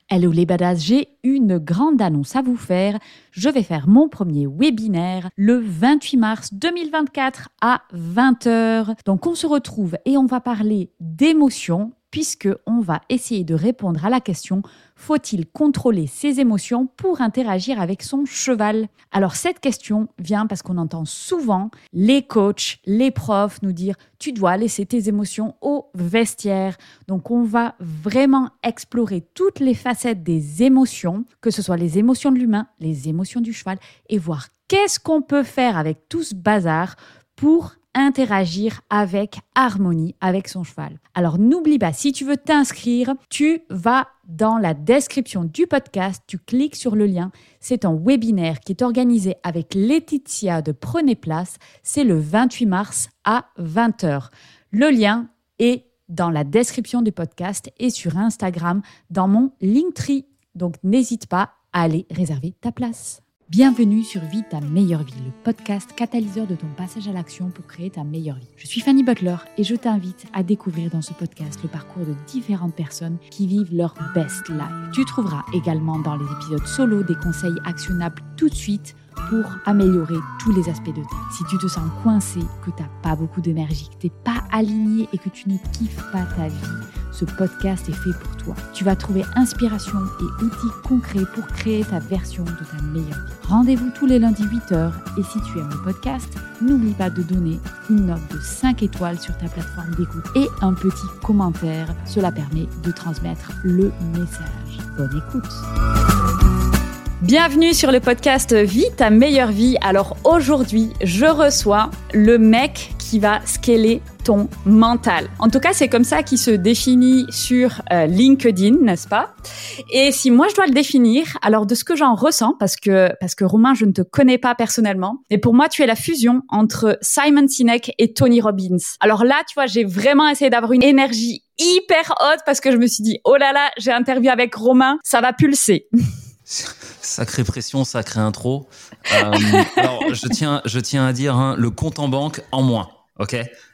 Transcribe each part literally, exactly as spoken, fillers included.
Hello les badass, j'ai une grande annonce à vous faire. Je vais faire mon premier webinaire le vingt-huit mars deux mille vingt-quatre à vingt heures. Donc on se retrouve et on va parler d'émotions puisque on va essayer de répondre à la question « Faut-il contrôler ses émotions pour interagir avec son cheval ?» Alors cette question vient parce qu'on entend souvent les coachs, les profs nous dire « Tu dois laisser tes émotions au vestiaire ». Donc on va vraiment explorer toutes les facettes des émotions, que ce soit les émotions de l'humain, les émotions du cheval, et voir qu'est-ce qu'on peut faire avec tout ce bazar pour interagir avec harmonie avec son cheval. Alors n'oublie pas, si tu veux t'inscrire, tu vas dans la description du podcast, tu cliques sur le lien. C'est un webinaire qui est organisé avec Laetitia de Prenez Place. C'est le vingt-huit mars à vingt heures. Le lien est dans la description du podcast et sur Instagram dans mon Linktree. Donc n'hésite pas à aller réserver ta place. Bienvenue sur Vie ta meilleure vie, le podcast catalyseur de ton passage à l'action pour créer ta meilleure vie. Je suis Fanny Butler et je t'invite à découvrir dans ce podcast le parcours de différentes personnes qui vivent leur best life. Tu trouveras également dans les épisodes solo des conseils actionnables tout de suite pour améliorer tous les aspects de ta vie. Si tu te sens coincé, que tu n'as pas beaucoup d'énergie, que tu n'es pas aligné et que tu ne kiffes pas ta vie, ce podcast est fait pour toi. Tu vas trouver inspiration et outils concrets pour créer ta version de ta meilleure vie. Rendez-vous tous les lundis huit heures et si tu aimes le podcast, n'oublie pas de donner une note de cinq étoiles sur ta plateforme d'écoute et un petit commentaire. Cela permet de transmettre le message. Bonne écoute. Bienvenue sur le podcast Vie ta meilleure vie. Alors aujourd'hui, je reçois le mec qui va scaler ton mental. En tout cas, c'est comme ça qu'il se définit sur euh, LinkedIn, n'est-ce pas? Et si moi je dois le définir, alors de ce que j'en ressens, parce que parce que Romain, je ne te connais pas personnellement, mais pour moi, tu es la fusion entre Simon Sinek et Tony Robbins. Alors là, tu vois, j'ai vraiment essayé d'avoir une énergie hyper haute parce que je me suis dit, oh là là, j'ai interviewé avec Romain, ça va pulser. Sacrée pression, sacrée intro. Euh, alors, je tiens, je tiens à dire, hein, le compte en banque en moins, ok.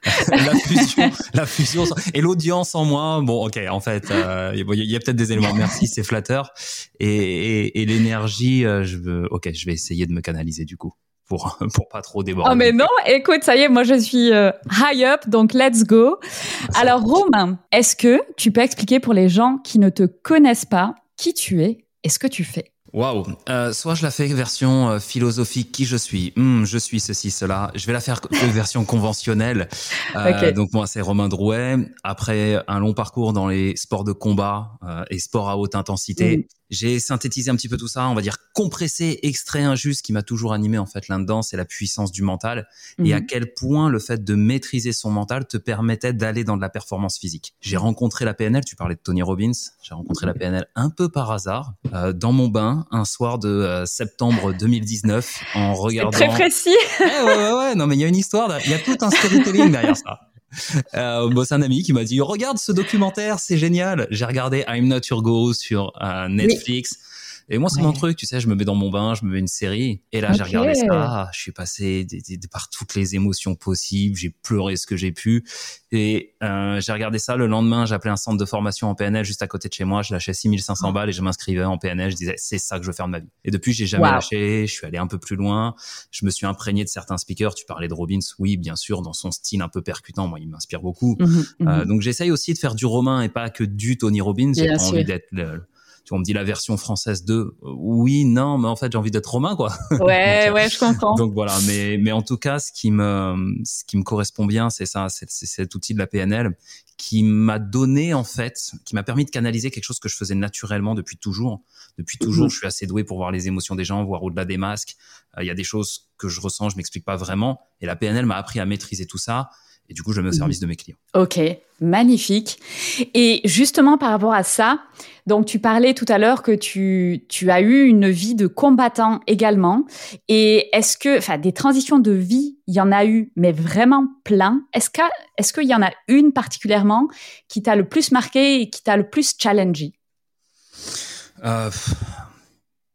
La fusion, la fusion et l'audience en moins. Bon, ok. En fait, euh, il y a peut-être des éléments. Merci, c'est flatteur. Et, et, et l'énergie, euh, je veux, ok, je vais essayer de me canaliser du coup pour pour pas trop déborder. Oh mais non, écoute, ça y est, moi je suis euh, high up, donc let's go. Ça Alors Romain, est-ce que tu peux expliquer pour les gens qui ne te connaissent pas qui tu es et ce que tu fais? Waouh, euh, soit je la fais version euh, philosophique, qui je suis, hmm, je suis ceci, cela. Je vais la faire version conventionnelle. Euh, okay. Donc moi, c'est Romain Drouet. Après un long parcours dans les sports de combat euh, et sports à haute intensité, mmh. j'ai synthétisé un petit peu tout ça, on va dire compressé, extrait injuste, qui m'a toujours animé en fait là-dedans, c'est la puissance du mental mmh. et à quel point le fait de maîtriser son mental te permettait d'aller dans de la performance physique. J'ai rencontré la P N L, tu parlais de Tony Robbins, j'ai rencontré mmh. la P N L un peu par hasard euh, dans mon bain un soir de euh, septembre deux mille dix-neuf en regardant. C'est très précis. ouais, ouais, ouais, ouais, non mais il y a une histoire, il y a tout un storytelling derrière ça. Euh, bon, c'est un ami qui m'a dit regarde ce documentaire, c'est génial. J'ai regardé I'm Not Your Go sur euh, Netflix. Oui. Et moi, c'est ouais. mon truc, tu sais, je me mets dans mon bain, je me mets une série. Et là, okay. j'ai regardé ça, je suis passé d- d- par toutes les émotions possibles, j'ai pleuré ce que j'ai pu. Et euh, j'ai regardé ça, le lendemain, j'ai appelé un centre de formation en P N L juste à côté de chez moi, je lâchais six mille cinq cents oh. balles et je m'inscrivais en P N L, je disais, c'est ça que je veux faire de ma vie. Et depuis, j'ai jamais wow. lâché, je suis allé un peu plus loin, je me suis imprégné de certains speakers, tu parlais de Robbins, oui, bien sûr, dans son style un peu percutant, moi, il m'inspire beaucoup. Mm-hmm, mm-hmm. Euh, donc, j'essaye aussi de faire du Romain et pas que du Tony Robbins, j'ai bien pas sûr. envie d'être le... Tu vois, on me dit la version française de oui, non, mais en fait, j'ai envie d'être Romain, quoi. Ouais, donc, ouais, je comprends. Donc voilà, mais mais en tout cas, ce qui me ce qui me correspond bien, c'est ça, c'est, c'est cet outil de la P N L qui m'a donné en fait, qui m'a permis de canaliser quelque chose que je faisais naturellement depuis toujours. Depuis toujours, mmh. je suis assez doué pour voir les émotions des gens, voir au-delà des masques. Il euh, y a des choses que je ressens, je m'explique pas vraiment, et la P N L m'a appris à maîtriser tout ça. Et du coup, je mets au service de mes clients. Ok, magnifique. Et justement, par rapport à ça, donc tu parlais tout à l'heure que tu, tu as eu une vie de combattant également. Et est-ce que, enfin, des transitions de vie, il y en a eu, mais vraiment plein. Est-ce que, est-ce qu'il y en a une particulièrement qui t'a le plus marqué et qui t'a le plus challengé? euh...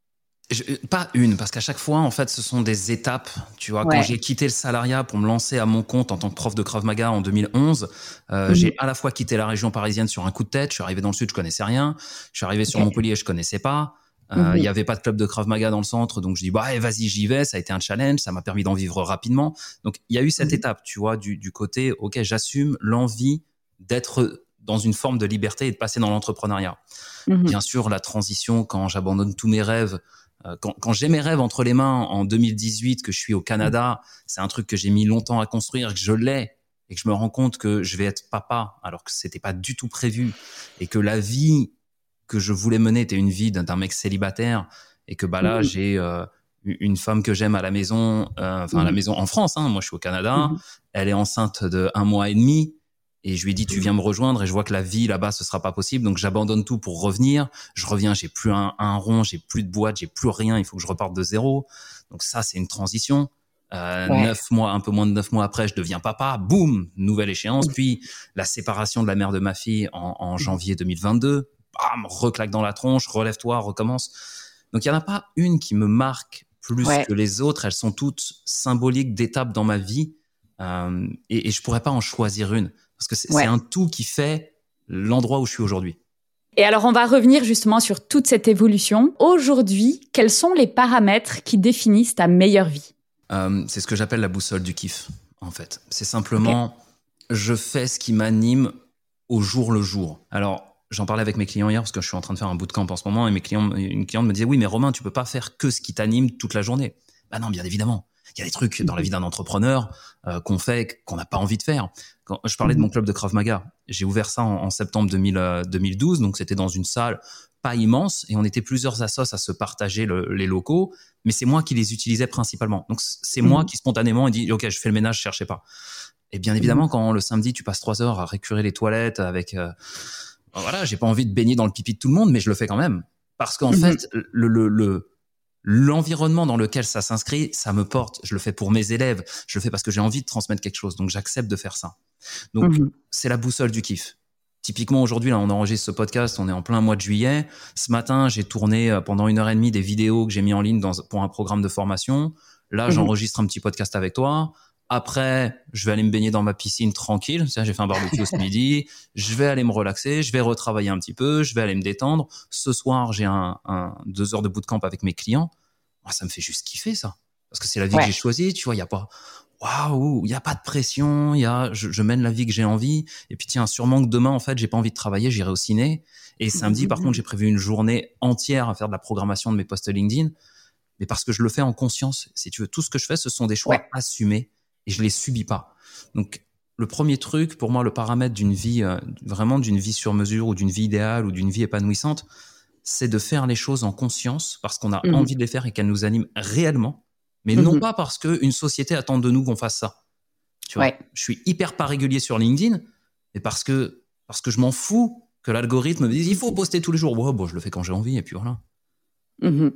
Je, pas une, parce qu'à chaque fois, en fait, ce sont des étapes. Tu vois, Ouais. quand j'ai quitté le salariat pour me lancer à mon compte en tant que prof de Krav Maga en deux mille onze, euh, Mhm. j'ai à la fois quitté la région parisienne sur un coup de tête. Je suis arrivé dans le sud, je connaissais rien. Je suis arrivé sur Ok. Montpellier, je connaissais pas. Il Mhm. n'y avait pas de club de Krav Maga dans le centre, donc je dis bah allez, vas-y, j'y vais. Ça a été un challenge, ça m'a permis d'en vivre rapidement. Donc il y a eu cette Mhm. étape, tu vois, du, du côté ok, j'assume l'envie d'être dans une forme de liberté et de passer dans l'entrepreneuriat. Mhm. Bien sûr, la transition quand j'abandonne tous mes rêves. Quand, quand j'ai mes rêves entre les mains en deux mille dix-huit, que je suis au Canada, c'est un truc que j'ai mis longtemps à construire, que je l'ai, et que je me rends compte que je vais être papa, alors que c'était pas du tout prévu, et que la vie que je voulais mener était une vie d'un, d'un mec célibataire, et que bah là, Mhm. j'ai euh, une femme que j'aime à la maison, euh, enfin à la Mhm. maison en France, hein, moi je suis au Canada, Mhm. elle est enceinte de un mois et demi, et je lui ai dit, tu viens me rejoindre, et je vois que la vie là-bas, ce sera pas possible, donc j'abandonne tout pour revenir. Je reviens, j'ai plus un, un rond, j'ai plus de boîte, j'ai plus rien, il faut que je reparte de zéro. Donc ça, c'est une transition. Euh, Ouais. neuf mois, un peu moins de neuf mois après, je deviens papa. Boum, nouvelle échéance. Mhm. Puis la séparation de la mère de ma fille en, en janvier deux mille vingt-deux. Bam, reclaque dans la tronche, relève-toi, recommence. Donc il y en a pas une qui me marque plus Ouais. que les autres. Elles sont toutes symboliques d'étapes dans ma vie, euh, et, et je pourrais pas en choisir une. Parce que c'est, Ouais. c'est un tout qui fait l'endroit où je suis aujourd'hui. Et alors, on va revenir justement sur toute cette évolution. Aujourd'hui, quels sont les paramètres qui définissent ta meilleure vie ? Euh, c'est ce que j'appelle la boussole du kiff, en fait. C'est simplement, okay. je fais ce qui m'anime au jour le jour. Alors, j'en parlais avec mes clients hier parce que je suis en train de faire un bootcamp en ce moment et mes clients, une cliente me disait, oui, mais Romain, tu peux pas faire que ce qui t'anime toute la journée. Bah non, bien évidemment. Il y a des trucs dans la vie d'un entrepreneur euh, qu'on fait, qu'on n'a pas envie de faire. Quand je parlais de mon club de Krav Maga, j'ai ouvert ça en, en septembre deux mille, euh, deux mille douze, donc c'était dans une salle pas immense et on était plusieurs assos à se partager le, les locaux, mais c'est moi qui les utilisais principalement. Donc c'est mmh. moi qui spontanément ai dit, ok, je fais le ménage, je cherchais pas. Et bien évidemment, mmh. quand le samedi tu passes trois heures à récurer les toilettes avec, euh, voilà, j'ai pas envie de baigner dans le pipi de tout le monde, mais je le fais quand même parce qu'en mmh. fait le, le, le l'environnement dans lequel ça s'inscrit, ça me porte. Je le fais pour mes élèves. Je le fais parce que j'ai envie de transmettre quelque chose. Donc, j'accepte de faire ça. Donc, mmh. c'est la boussole du kiff. Typiquement, aujourd'hui, là, on enregistre ce podcast. On est en plein mois de juillet. Ce matin, j'ai tourné pendant une heure et demie des vidéos que j'ai mis en ligne dans, pour un programme de formation. Là, mmh. j'enregistre un petit podcast avec toi. Après, je vais aller me baigner dans ma piscine tranquille. J'ai fait un barbecue ce midi. Je vais aller me relaxer. Je vais retravailler un petit peu. Je vais aller me détendre. Ce soir, j'ai un, un deux heures de bootcamp avec mes clients. Moi, ça me fait juste kiffer, ça. Parce que c'est la vie ouais. que j'ai choisie. Tu vois, il y a pas, waouh, il y a pas de pression. Il y a, je, je mène la vie que j'ai envie. Et puis, tiens, sûrement que demain, en fait, j'ai pas envie de travailler. J'irai au ciné. Et samedi, mmh. par contre, j'ai prévu une journée entière à faire de la programmation de mes posts LinkedIn. Mais parce que je le fais en conscience. Si tu veux, tout ce que je fais, ce sont des choix ouais. assumés. Et je les subis pas. Donc, le premier truc, pour moi, le paramètre d'une vie, euh, vraiment d'une vie sur mesure ou d'une vie idéale ou d'une vie épanouissante, c'est de faire les choses en conscience parce qu'on a mmh. envie de les faire et qu'elles nous animent réellement, mais mmh. non pas parce qu'une société attend de nous qu'on fasse ça. Tu vois, ouais. je suis hyper pas régulier sur LinkedIn, mais parce que, parce que je m'en fous que l'algorithme me dise il faut poster tous les jours. Ouais, bon, je le fais quand j'ai envie et puis voilà. Mmh.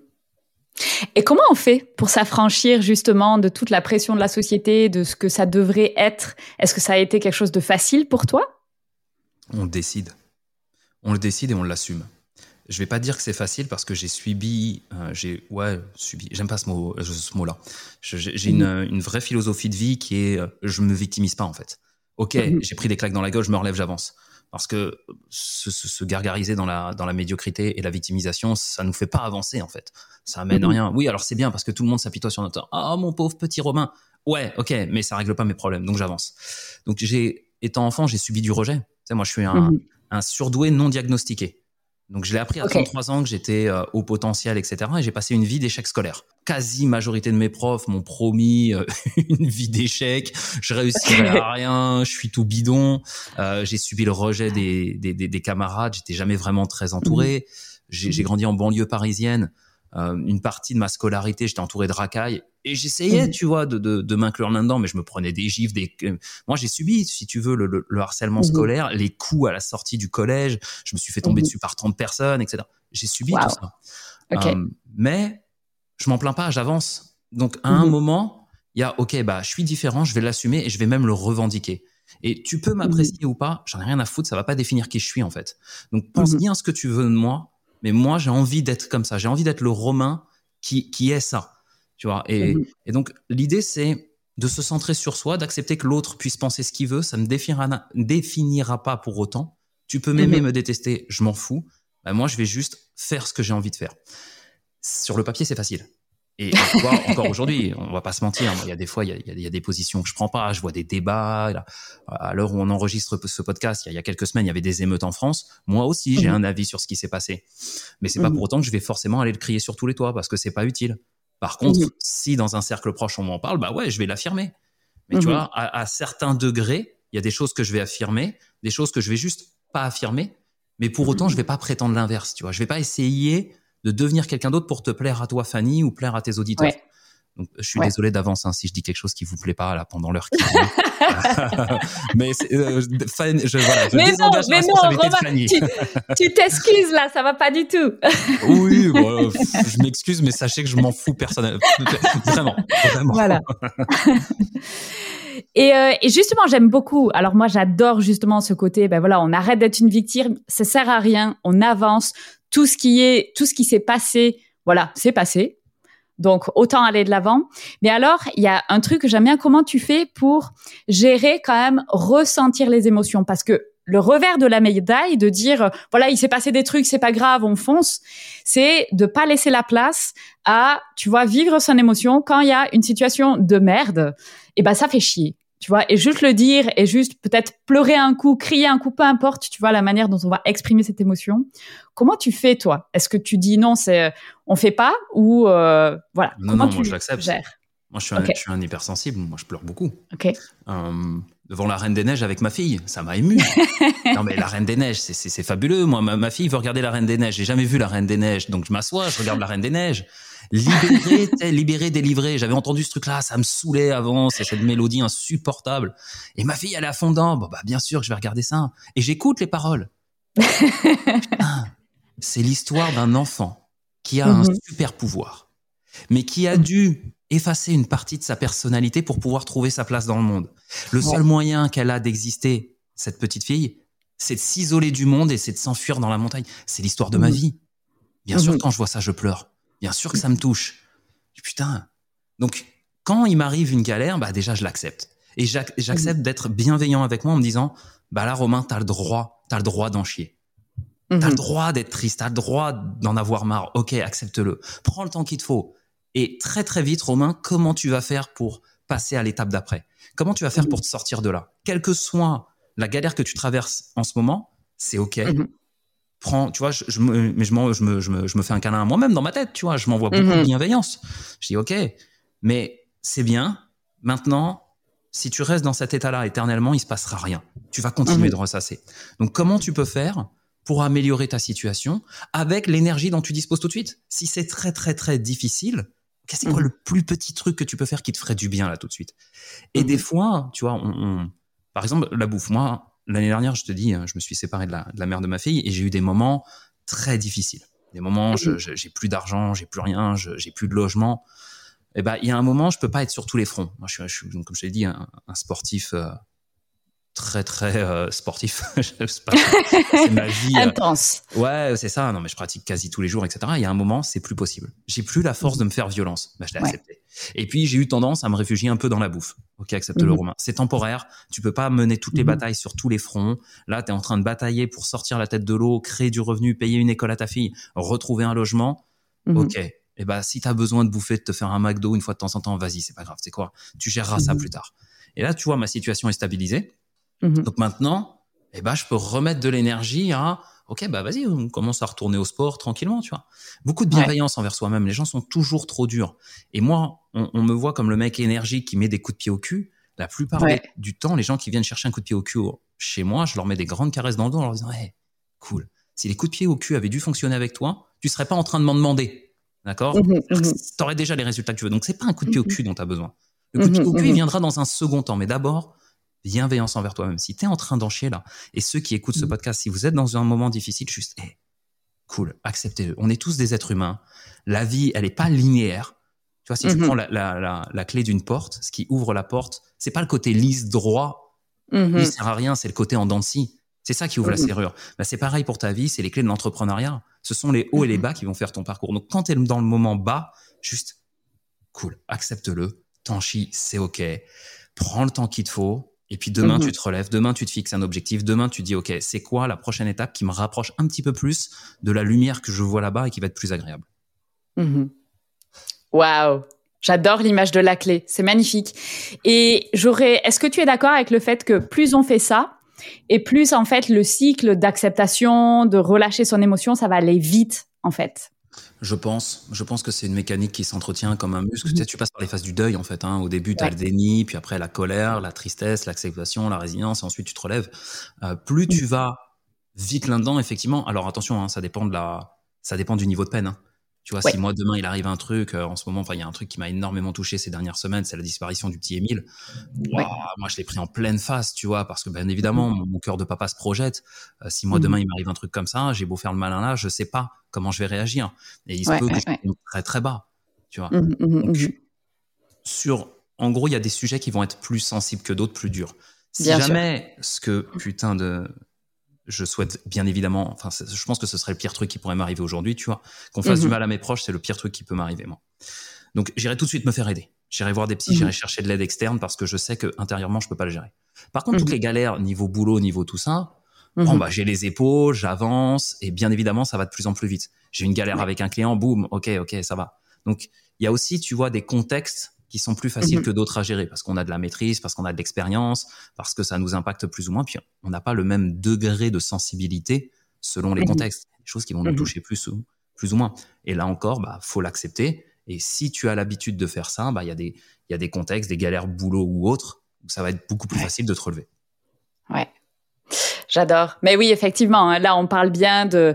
Et comment on fait pour s'affranchir justement de toute la pression de la société, de ce que ça devrait être ? Est-ce que ça a été quelque chose de facile pour toi ? On le décide. On le décide et on l'assume. Je vais pas dire que c'est facile parce que j'ai subi, euh, j'ai ouais subi. J'aime pas ce mot, ce mot-là. Je, j'ai j'ai mmh. une, une vraie philosophie de vie qui est, je me victimise pas en fait. Ok, mmh. j'ai pris des claques dans la gueule, je me relève, j'avance. Parce que se, se, se gargariser dans la dans la médiocrité et la victimisation, ça nous fait pas avancer en fait. Ça amène mmh. rien. Oui, alors c'est bien parce que tout le monde s'apitoie sur notre. Ah oh, mon pauvre petit Romain. Ouais, ok, mais ça règle pas mes problèmes, donc j'avance. Donc j'ai, étant enfant, j'ai subi du rejet. Tu sais, moi, je suis un, mmh. un surdoué non diagnostiqué. Donc, je l'ai appris à okay. trente-trois ans que j'étais euh, au potentiel, et cetera. Et j'ai passé une vie d'échec scolaire. Quasi majorité de mes profs m'ont promis euh, une vie d'échec. Je réussirais à rien. Je suis tout bidon. Euh, j'ai subi le rejet des, des, des, des camarades. J'étais jamais vraiment très entouré. Mmh. J'ai, mmh. j'ai grandi en banlieue parisienne. Euh, une partie de ma scolarité, j'étais entouré de racailles. Et j'essayais, mmh. tu vois, de, de, de m'inclure là-dedans, mais je me prenais des gifs. Des... Moi, j'ai subi, si tu veux, le, le, le harcèlement mmh. scolaire, les coups à la sortie du collège. Je me suis fait tomber mmh. dessus par trente personnes, et cetera. J'ai subi wow. tout ça. Okay. Euh, mais je m'en plains pas, j'avance. Donc, à mmh. un moment, il y a, OK, bah, je suis différent, je vais l'assumer et je vais même le revendiquer. Et tu peux m'apprécier mmh. ou pas, j'en ai rien à foutre, ça va pas définir qui je suis, en fait. Donc, pense mmh. bien ce que tu veux de moi, mais moi, j'ai envie d'être comme ça. J'ai envie d'être le Romain qui, qui est ça, tu vois. Et, mmh. et donc, l'idée, c'est de se centrer sur soi, d'accepter que l'autre puisse penser ce qu'il veut. Ça ne définira, définira pas pour autant. Tu peux m'aimer, mmh. me détester, je m'en fous. Ben, moi, je vais juste faire ce que j'ai envie de faire. Sur le papier, c'est facile. Et, et tu vois, encore aujourd'hui, on va pas se mentir, il y a des fois, il y a, il y a des positions que je prends pas, je vois des débats. Là, à l'heure où on enregistre ce podcast, il y a, il y a quelques semaines, il y avait des émeutes en France. Moi aussi, j'ai mmh. un avis sur ce qui s'est passé. Mais c'est mmh. pas pour autant que je vais forcément aller le crier sur tous les toits, parce que c'est pas utile. Par contre, mmh. si dans un cercle proche, on m'en parle, bah ouais, je vais l'affirmer. Mais mmh. tu vois, à, à certains degrés, il y a des choses que je vais affirmer, des choses que je vais juste pas affirmer. Mais pour autant, mmh. je vais pas prétendre l'inverse, tu vois. Je vais pas essayer de devenir quelqu'un d'autre pour te plaire à toi, Fanny, ou plaire à tes auditeurs. Ouais. Donc, je suis ouais. désolé d'avance hein, si je dis quelque chose qui vous plaît pas là pendant l'heure qui vient. mais c'est, euh, Fanny, je, voilà, je mais désengage non, la mais responsabilité non, de Fanny. Tu, tu t'excuses là, ça va pas du tout. oui, bon, je m'excuse, mais sachez que je m'en fous personnellement. Vraiment, vraiment. Voilà. Et, euh, et justement, j'aime beaucoup. Alors moi, j'adore justement ce côté. Ben voilà, on arrête d'être une victime. Ça sert à rien. On avance. Tout ce qui est, tout ce qui s'est passé, voilà, c'est passé. Donc autant aller de l'avant. Mais alors, il y a un truc que j'aime bien. Comment tu fais pour gérer quand même ressentir les émotions? Parce que le revers de la médaille, de dire voilà, il s'est passé des trucs, c'est pas grave, on fonce, c'est de pas laisser la place à, tu vois, vivre son émotion quand il y a une situation de merde. Et ben ça fait chier. Tu vois, et juste le dire, et juste peut-être pleurer un coup, crier un coup, peu importe, tu vois, la manière dont on va exprimer cette émotion. Comment tu fais, toi? Est-ce que tu dis non, c'est, on fait pas, ou, euh, voilà. Non, Comment non, tu moi, je l'accepte. gères? Moi, je suis, okay. un, je suis un hypersensible. Moi, je pleure beaucoup. Ok. Euh, devant la Reine des Neiges avec ma fille, ça m'a ému. Non, mais la Reine des Neiges, c'est, c'est, c'est fabuleux. Moi, ma, ma fille veut regarder la Reine des Neiges. J'ai jamais vu la Reine des Neiges. Donc, je m'assois, je regarde la Reine des Neiges. Libéré, libéré, délivré. J'avais entendu ce truc-là, ça me saoulait avant. C'est cette mélodie insupportable. Et ma fille, elle est à fond dedans. Bon, bah, bien sûr que je vais regarder ça. Et j'écoute les paroles. Putain, c'est l'histoire d'un enfant qui a mm-hmm. un super pouvoir, mais qui a dû effacer une partie de sa personnalité pour pouvoir trouver sa place dans le monde. Le ouais. seul moyen qu'elle a d'exister, cette petite fille, c'est de s'isoler du monde et c'est de s'enfuir dans la montagne. C'est l'histoire de mm-hmm. ma vie. Bien mm-hmm. sûr, quand je vois ça, je pleure. Bien sûr que ça me touche. Putain. Donc, quand il m'arrive une galère, bah déjà, je l'accepte. Et j'ac- j'accepte mmh. d'être bienveillant avec moi en me disant, bah là, Romain, t'as le droit, t'as le droit d'en chier. Mmh. T'as le droit d'être triste, t'as le droit d'en avoir marre. Ok, accepte-le. Prends le temps qu'il te faut. Et très, très vite, Romain, comment tu vas faire pour passer à l'étape d'après? Comment tu vas faire mmh. pour te sortir de là? Quelle que soit la galère que tu traverses en ce moment, c'est ok. Mmh. Prends, tu vois, je, je, me, mais je, je, me, je, me, je me fais un câlin à moi-même dans ma tête, tu vois, je m'envoie beaucoup mmh. de bienveillance. Je dis, ok, mais c'est bien. Maintenant, si tu restes dans cet état-là éternellement, il se passera rien. Tu vas continuer mmh. de ressasser. Donc, comment tu peux faire pour améliorer ta situation avec l'énergie dont tu disposes tout de suite? Si c'est très, très, très difficile, okay, c'est quoi mmh. le plus petit truc que tu peux faire qui te ferait du bien là tout de suite? Et mmh. des fois, tu vois, on, on, par exemple, la bouffe, moi, l'année dernière, je te dis, je me suis séparé de la, de la mère de ma fille et j'ai eu des moments très difficiles. Des moments, je, je, j'ai plus d'argent, j'ai plus rien, je, j'ai plus de logement. Et ben, il y a un moment, je peux pas être sur tous les fronts. Moi, je suis, je suis comme je l'ai dit, un, un sportif euh, très, très euh, sportif. c'est, pas, c'est ma vie. Euh, Intense. Ouais, c'est ça. Non, mais je pratique quasi tous les jours, et cetera. Il y a un moment, c'est plus possible. J'ai plus la force mmh. de me faire violence. Ben, je l'ai ouais. accepté. Et puis, j'ai eu tendance à me réfugier un peu dans la bouffe. Ok, accepte-le, mmh. Romain. C'est temporaire. Tu peux pas mener toutes les mmh. batailles sur tous les fronts. Là, t'es en train de batailler pour sortir la tête de l'eau, créer du revenu, payer une école à ta fille, retrouver un logement. Mmh. Ok. Et ben, si t'as besoin de bouffer, de te faire un McDo une fois de temps en temps, vas-y, c'est pas grave. C'est quoi? Tu géreras mmh. ça plus tard. Et là, tu vois, ma situation est stabilisée. Mmh. Donc maintenant, eh ben, je peux remettre de l'énergie à, ok, bah, vas-y, on commence à retourner au sport tranquillement, tu vois. Beaucoup de bienveillance ouais. envers soi-même. Les gens sont toujours trop durs. Et moi, on, on me voit comme le mec énergique qui met des coups de pied au cul. La plupart ouais. du temps, les gens qui viennent chercher un coup de pied au cul chez moi, je leur mets des grandes caresses dans le dos en leur disant, hey, cool. Si les coups de pied au cul avaient dû fonctionner avec toi, tu serais pas en train de m'en demander. D'accord? Mmh, mmh. T'aurais déjà les résultats que tu veux. Donc, c'est pas un coup de pied au cul dont t'as besoin. Le coup de pied au cul, il viendra dans un second temps. Mais d'abord, bienveillance envers toi-même. Si t'es en train d'en chier là, et ceux qui écoutent ce podcast, si vous êtes dans un moment difficile, juste, hey, cool, acceptez-le. On est tous des êtres humains. La vie, elle est pas linéaire. Tu vois, si mm-hmm. tu prends la, la, la, la clé d'une porte, ce qui ouvre la porte, c'est pas le côté lisse, droit. Mm-hmm. Il sert à rien, c'est le côté en dents de scie. C'est ça qui ouvre mmh. la serrure. Bah, c'est pareil pour ta vie, c'est les clés de l'entrepreneuriat. Ce sont les hauts mmh. et les bas qui vont faire ton parcours. Donc, quand tu es dans le moment bas, juste cool, accepte-le, t'en chies, c'est OK. Prends le temps qu'il te faut. Et puis demain, mmh. tu te relèves. Demain, tu te fixes un objectif. Demain, tu dis, OK, c'est quoi la prochaine étape qui me rapproche un petit peu plus de la lumière que je vois là-bas et qui va être plus agréable. Waouh wow. J'adore l'image de la clé. C'est magnifique. Et j'aurais, est-ce que tu es d'accord avec le fait que plus on fait ça, et plus, en fait, le cycle d'acceptation, de relâcher son émotion, ça va aller vite, en fait? Je pense. Je pense que c'est une mécanique qui s'entretient comme un muscle. Mmh. Tu sais, tu passes par les phases du deuil, en fait. Hein. Au début, tu as ouais. le déni, puis après la colère, la tristesse, l'acceptation, la résilience, et ensuite tu te relèves. Euh, plus mmh. tu vas vite là-dedans, effectivement. Alors attention, hein, ça dépend de la, ça dépend du niveau de peine. Hein. Tu vois, ouais. si moi, demain, il arrive un truc, euh, en ce moment, enfin, il y a un truc qui m'a énormément touché ces dernières semaines, c'est la disparition du petit Émile. Wow, ouais. Moi, je l'ai pris en pleine face, tu vois, parce que, bien évidemment, mmh. mon, mon cœur de papa se projette. Euh, si moi, mmh. demain, il m'arrive un truc comme ça, j'ai beau faire le malin là, je sais pas comment je vais réagir. Et il se ouais, peut que ouais, je sois ouais. très, très bas, tu vois. Mmh. Donc, mmh. sur, en gros, il y a des sujets qui vont être plus sensibles que d'autres, plus durs. Si bien jamais sûr. Ce que, putain de... je souhaite bien évidemment, enfin, je pense que ce serait le pire truc qui pourrait m'arriver aujourd'hui, tu vois. Qu'on fasse mmh. du mal à mes proches, c'est le pire truc qui peut m'arriver, moi. Donc, j'irai tout de suite me faire aider. J'irai voir des psys, mmh. j'irai chercher de l'aide externe parce que je sais que intérieurement, je peux pas le gérer. Par contre, mmh. toutes les galères, niveau boulot, niveau tout ça, mmh. bon, bah, j'ai les épaules, j'avance et bien évidemment, ça va de plus en plus vite. J'ai une galère ouais. avec un client, boum, ok, ok, ça va. Donc, il y a aussi, tu vois, des contextes qui sont plus faciles mmh. que d'autres à gérer parce qu'on a de la maîtrise, parce qu'on a de l'expérience, parce que ça nous impacte plus ou moins. Puis on n'a pas le même degré de sensibilité selon les mmh. contextes. Des choses qui vont mmh. nous toucher plus ou, plus ou moins. Et là encore, bah, faut l'accepter. Et si tu as l'habitude de faire ça, bah, il y a des, il y a des contextes, des galères boulot ou autres, où ça va être beaucoup plus ouais. facile de te relever. Ouais. J'adore. Mais oui, effectivement, hein, là, on parle bien de,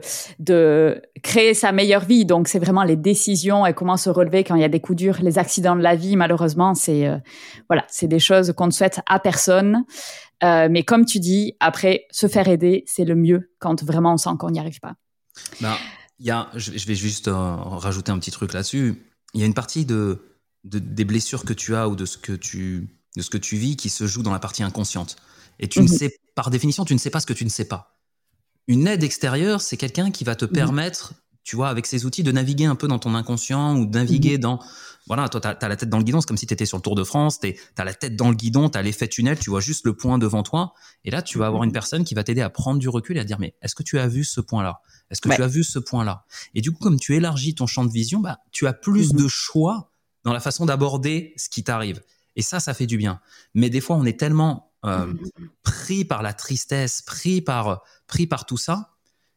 de créer sa meilleure vie. Donc, c'est vraiment les décisions et comment se relever quand il y a des coups durs. Les accidents de la vie, malheureusement, c'est, euh, voilà, c'est des choses qu'on ne souhaite à personne. Euh, mais comme tu dis, après, se faire aider, c'est le mieux quand vraiment on sent qu'on n'y arrive pas. Ben, y a, je, je vais juste euh, rajouter un petit truc là-dessus. Il y a une partie de, de, des blessures que tu as ou de ce que tu, de ce que tu vis qui se joue dans la partie inconsciente. Et tu mmh. ne sais, par définition, tu ne sais pas ce que tu ne sais pas. Une aide extérieure, c'est quelqu'un qui va te mmh. permettre, tu vois, avec ses outils, de naviguer un peu dans ton inconscient ou de naviguer mmh. dans... Voilà, toi, t'as, t'as la tête dans le guidon, c'est comme si t'étais sur le Tour de France, t'es, t'as la tête dans le guidon, t'as l'effet tunnel, tu vois juste le point devant toi. Et là, tu vas avoir une personne qui va t'aider à prendre du recul et à dire, mais est-ce que tu as vu ce point-là ? Est-ce que ouais. tu as vu ce point-là ? Et du coup, comme tu élargis ton champ de vision, bah, tu as plus mmh. de choix dans la façon d'aborder ce qui t'arrive. Et ça, ça fait du bien. Mais des fois, on est tellement... Euh, pris par la tristesse, pris par, pris par tout ça,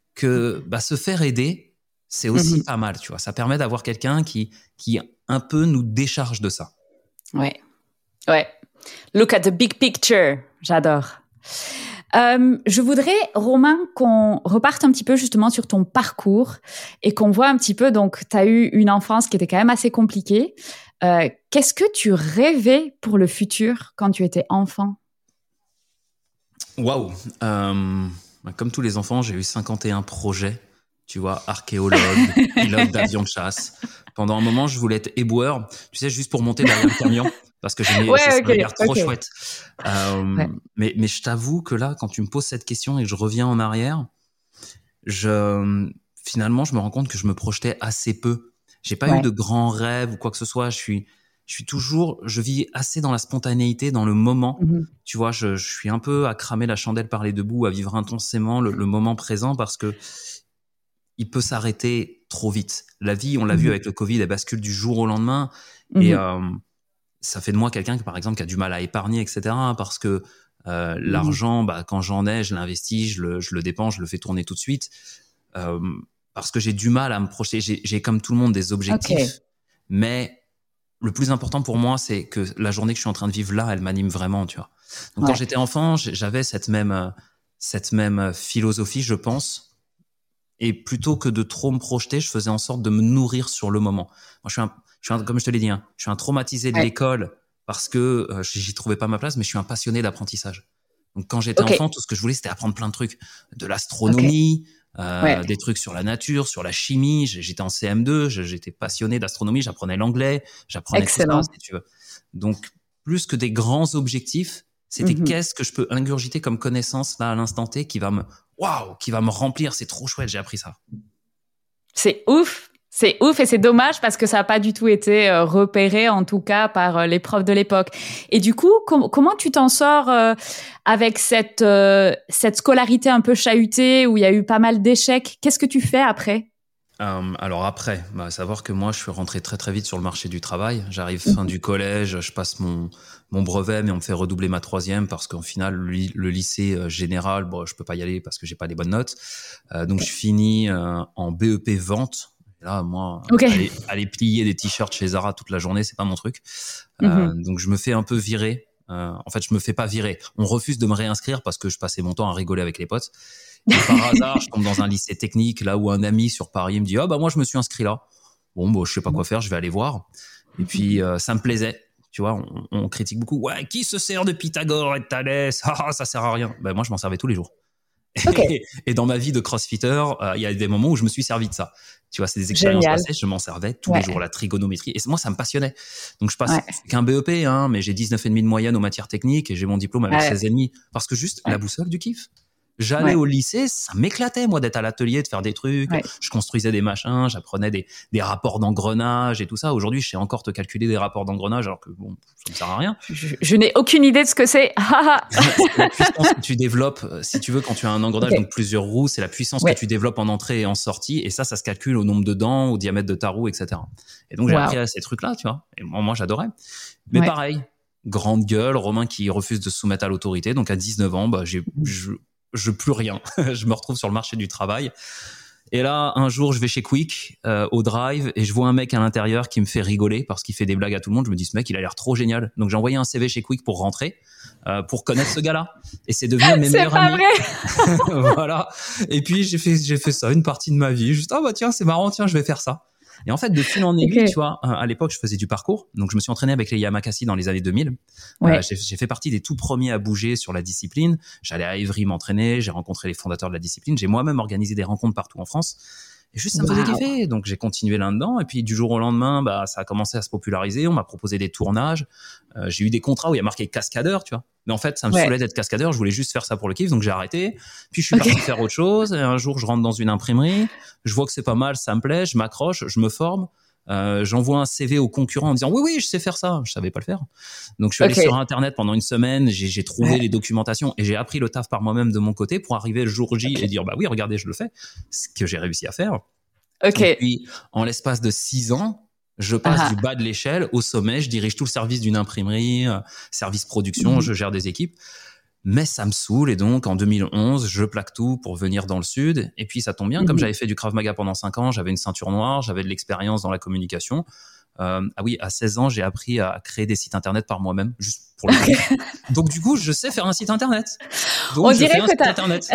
que bah, se faire aider, c'est aussi mm-hmm. pas mal, tu vois. Ça permet d'avoir quelqu'un qui, qui un peu nous décharge de ça. Ouais, ouais. Look at the big picture. J'adore. Euh, je voudrais, Romain, qu'on reparte un petit peu justement sur ton parcours et qu'on voit un petit peu, donc, tu as eu une enfance qui était quand même assez compliquée. Euh, qu'est-ce que tu rêvais pour le futur quand tu étais enfant ? Waouh euh, Comme tous les enfants, j'ai eu cinquante et un projets. Tu vois, archéologue, pilote d'avion de chasse. Pendant un moment, je voulais être éboueur. Tu sais, juste pour monter derrière le camion. Parce que j'ai ouais, ça okay, l'air trop okay. chouette. Euh, ouais. mais, mais je t'avoue que là, quand tu me poses cette question et que je reviens en arrière, je, finalement, je me rends compte que je me projetais assez peu. J'ai pas ouais. eu de grands rêves ou quoi que ce soit. Je suis... Je suis toujours, je vis assez dans la spontanéité, dans le moment. Mmh. Tu vois, je, je suis un peu à cramer la chandelle par les deux bouts, à vivre intensément le, le moment présent parce que il peut s'arrêter trop vite. La vie, on l'a mmh. vu avec le Covid, elle bascule du jour au lendemain. Mmh. Et euh, ça fait de moi quelqu'un qui, par exemple, qui a du mal à épargner, et cetera. Parce que euh, mmh. l'argent, bah, quand j'en ai, je l'investis, je le, je le dépense, je le fais tourner tout de suite. Euh, parce que j'ai du mal à me projeter. J'ai, j'ai comme tout le monde des objectifs, okay. mais le plus important pour moi, c'est que la journée que je suis en train de vivre là, elle m'anime vraiment, tu vois. Donc, ouais. quand j'étais enfant, j'avais cette même, cette même philosophie, je pense. Et plutôt que de trop me projeter, je faisais en sorte de me nourrir sur le moment. Moi, je suis un, je suis un, comme je te l'ai dit, hein, je suis un traumatisé de ouais. l'école parce que euh, j'y trouvais pas ma place, mais je suis un passionné d'apprentissage. Donc, quand j'étais okay. enfant, tout ce que je voulais, c'était apprendre plein de trucs. De l'astronomie, okay. Euh, ouais. des trucs sur la nature, sur la chimie. J'étais en C M deux, j'étais passionné d'astronomie, j'apprenais l'anglais, j'apprenais Excellent. tout ça, si tu veux. Donc, plus que des grands objectifs, C'était Mhm. qu'est-ce que je peux ingurgiter comme connaissance là à l'instant T qui va me, waouh, qui va me remplir. C'est trop chouette, j'ai appris ça. C'est ouf. C'est ouf et c'est dommage parce que ça n'a pas du tout été euh, repéré, en tout cas, par euh, les profs de l'époque. Et du coup, com- comment tu t'en sors euh, avec cette, euh, cette scolarité un peu chahutée où il y a eu pas mal d'échecs? Qu'est-ce que tu fais après? Euh, alors après, bah, savoir que moi, je suis rentré très très vite sur le marché du travail. J'arrive fin du collège, je passe mon mon brevet, mais on me fait redoubler ma troisième parce qu'au final, le, ly- le lycée euh, général, bon, je peux pas y aller parce que j'ai pas les bonnes notes. Euh, donc, je finis euh, en B E P vente. Et là, moi, Ok. aller, aller plier des t-shirts chez Zara toute la journée, c'est pas mon truc. Euh, Mhm. donc, je me fais un peu virer. Euh, en fait, je me fais pas virer. On refuse de me réinscrire parce que je passais mon temps à rigoler avec les potes. Et par hasard, je tombe dans un lycée technique, là où un ami sur Paris me dit « Ah bah moi, je me suis inscrit là. » Bon, bah, je sais pas quoi faire, je vais aller voir. Et puis, euh, ça me plaisait. Tu vois, on, on critique beaucoup. « Ouais, qui se sert de Pythagore et de Thalès? Ah, ça sert à rien. » Ben moi, je m'en servais tous les jours. Ok, Et, et dans ma vie de crossfitter, euh, il y a des moments où je me suis servi de ça. Tu vois, c'est des expériences génial. passées, je m'en servais tous Ouais, les jours, la trigonométrie. Et moi, ça me passionnait. Donc, je passe, ouais, c'est qu'un B E P, hein, mais j'ai dix-neuf virgule cinq de moyenne aux matières techniques et j'ai mon diplôme avec ouais, seize virgule cinq parce que juste la ouais, boussole du kiff. J'allais ouais, au lycée, ça m'éclatait, moi, d'être à l'atelier, de faire des trucs. ouais. Je construisais des machins, j'apprenais des, des rapports d'engrenage et tout ça. Aujourd'hui, je sais encore te calculer des rapports d'engrenage, alors que bon, ça me sert à rien. Je, je n'ai aucune idée de ce que c'est. Ah, ah. C'est la puissance que tu développes, euh, si tu veux, quand tu as un engrenage, Ok, donc plusieurs roues, c'est la puissance que ouais. tu développes en entrée et en sortie. Et ça, ça se calcule au nombre de dents, au diamètre de ta roue, et cetera. Et donc, j'ai appris Waouh. à ces trucs-là, tu vois. Et moi, moi, j'adorais. Mais Ouais. pareil, grande gueule, Romain qui refuse de se soumettre à l'autorité. Donc, à dix-neuf ans, bah, j'ai, je, je plus rien. Je me retrouve sur le marché du travail. Et là, un jour, je vais chez Quick, euh, au Drive, et je vois un mec à l'intérieur qui me fait rigoler parce qu'il fait des blagues à tout le monde. Je me dis, ce mec, il a l'air trop génial. Donc, j'ai envoyé un C V chez Quick pour rentrer, euh, pour connaître ce gars-là. Et c'est devenu un de mes C'est meilleurs pas amis. vrai. Voilà. Et puis, j'ai fait, j'ai fait ça une partie de ma vie. Juste, ah bah tiens, c'est marrant, tiens, je vais faire ça. Et en fait, de fil en aiguille, tu Ok. vois, à l'époque, je faisais du parcours. Donc, je me suis entraîné avec les Yamakasi dans les années deux mille. Ouais. Euh, j'ai, j'ai fait partie des tout premiers à bouger sur la discipline. J'allais à Évry m'entraîner. J'ai rencontré les fondateurs de la discipline. J'ai moi-même organisé des rencontres partout en France. Et juste, ça me faisait Waouh. kiffer. Donc, j'ai continué là-dedans. Et puis, du jour au lendemain, bah, ça a commencé à se populariser. On m'a proposé des tournages. Euh, j'ai eu des contrats où il y a marqué cascadeur, tu vois. Mais en fait, ça me Ouais. saoulait d'être cascadeur. Je voulais juste faire ça pour le kiff. Donc, j'ai arrêté. Puis, je suis Ok. parti faire autre chose. Et un jour, je rentre dans une imprimerie. Je vois que c'est pas mal. Ça me plaît. Je m'accroche. Je me forme. Euh, j'envoie un C V au concurrent en disant oui, oui, je sais faire ça. Je savais pas le faire. Donc, je suis allé Ok. sur Internet pendant une semaine. J'ai, j'ai trouvé Ouais. les documentations et j'ai appris le taf par moi-même de mon côté pour arriver le jour J et dire bah oui, regardez, je le fais. Ce que j'ai réussi à faire. Ok. Et puis, en l'espace de six ans, je passe Ah. du bas de l'échelle au sommet. Je dirige tout le service d'une imprimerie, euh, service production, Mhm. je gère des équipes. Mais ça me saoule et donc en deux mille onze, je plaque tout pour venir dans le sud. Et puis ça tombe bien, comme Mhm. j'avais fait du Krav Maga pendant cinq ans, j'avais une ceinture noire, j'avais de l'expérience dans la communication. Euh, ah oui, à seize ans, j'ai appris à créer des sites internet par moi-même, juste pour le kiff. Donc du coup, je sais faire un site internet. Donc On je dirait fais un que site t'as, internet.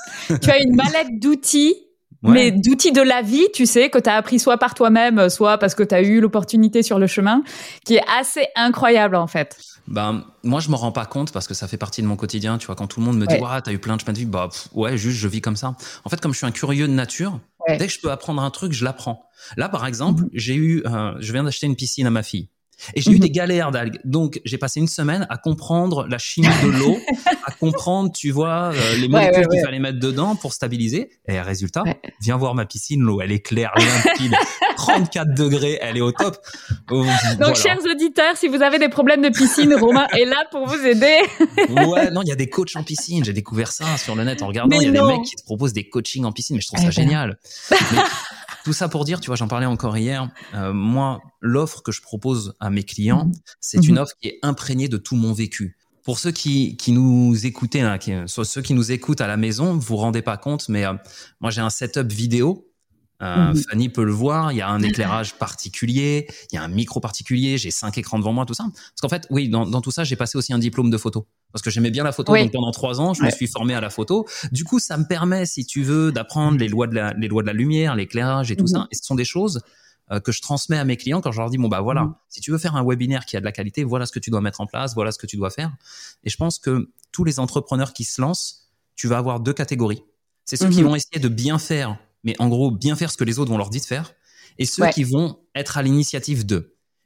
tu as une mallette d'outils, mais Ouais. d'outils de la vie, tu sais, que tu as appris soit par toi-même, soit parce que tu as eu l'opportunité sur le chemin, qui est assez incroyable en fait. Ben, moi, je m'en rends pas compte parce que ça fait partie de mon quotidien. Tu vois, quand tout le monde me dit, Ouais. ouais, t'as eu plein de chemins de vie, bah, pff, ouais, juste, je vis comme ça. En fait, comme je suis un curieux de nature, Ouais. dès que je peux apprendre un truc, je l'apprends. Là, par exemple, Mhm. j'ai eu, euh, je viens d'acheter une piscine à ma fille. Et j'ai eu Mhm. des galères d'algues. Donc, j'ai passé une semaine à comprendre la chimie de l'eau, à comprendre, tu vois, euh, les Ouais, molécules ouais, qu'il ouais. fallait mettre dedans pour stabiliser. Et résultat, Ouais. viens voir ma piscine, l'eau, elle est claire, limpide, trente-quatre degrés, elle est au top. Oh, Donc, voilà. chers auditeurs, si vous avez des problèmes de piscine, Romain est là pour vous aider. Ouais, non, il y a des coachs en piscine. J'ai découvert ça sur le net en regardant. Mais Il y a des non. mecs qui te proposent des coachings en piscine, mais je trouve Eh ça ben. génial. Mais tout ça pour dire, tu vois, j'en parlais encore hier. Euh, moi, l'offre que je propose à mes clients, Mhm. c'est une Mhm. offre qui est imprégnée de tout mon vécu. Pour ceux qui, qui nous écoutaient, là, qui, soit ceux qui nous écoutent à la maison, vous vous rendez pas compte, mais euh, moi j'ai un setup vidéo. Euh, Mhm. Fanny peut le voir. Il y a un éclairage particulier, il y a un micro particulier. J'ai cinq écrans devant moi, tout ça. Parce qu'en fait, oui, dans, dans tout ça, j'ai passé aussi un diplôme de photo parce que j'aimais bien la photo. Oui. Donc pendant trois ans, je Ouais. me suis formé à la photo. Du coup, ça me permet, si tu veux, d'apprendre les lois de la, les lois de la lumière, l'éclairage et tout Mhm. ça. Et ce sont des choses euh, que je transmets à mes clients quand je leur dis bon bah voilà, Mhm. si tu veux faire un webinaire qui a de la qualité, voilà ce que tu dois mettre en place, voilà ce que tu dois faire. Et je pense que tous les entrepreneurs qui se lancent, tu vas avoir deux catégories. C'est ceux qui Mhm. vont essayer de bien faire, mais en gros, bien faire ce que les autres vont leur dire de faire, et ceux Ouais. qui vont être à l'initiative d'eux.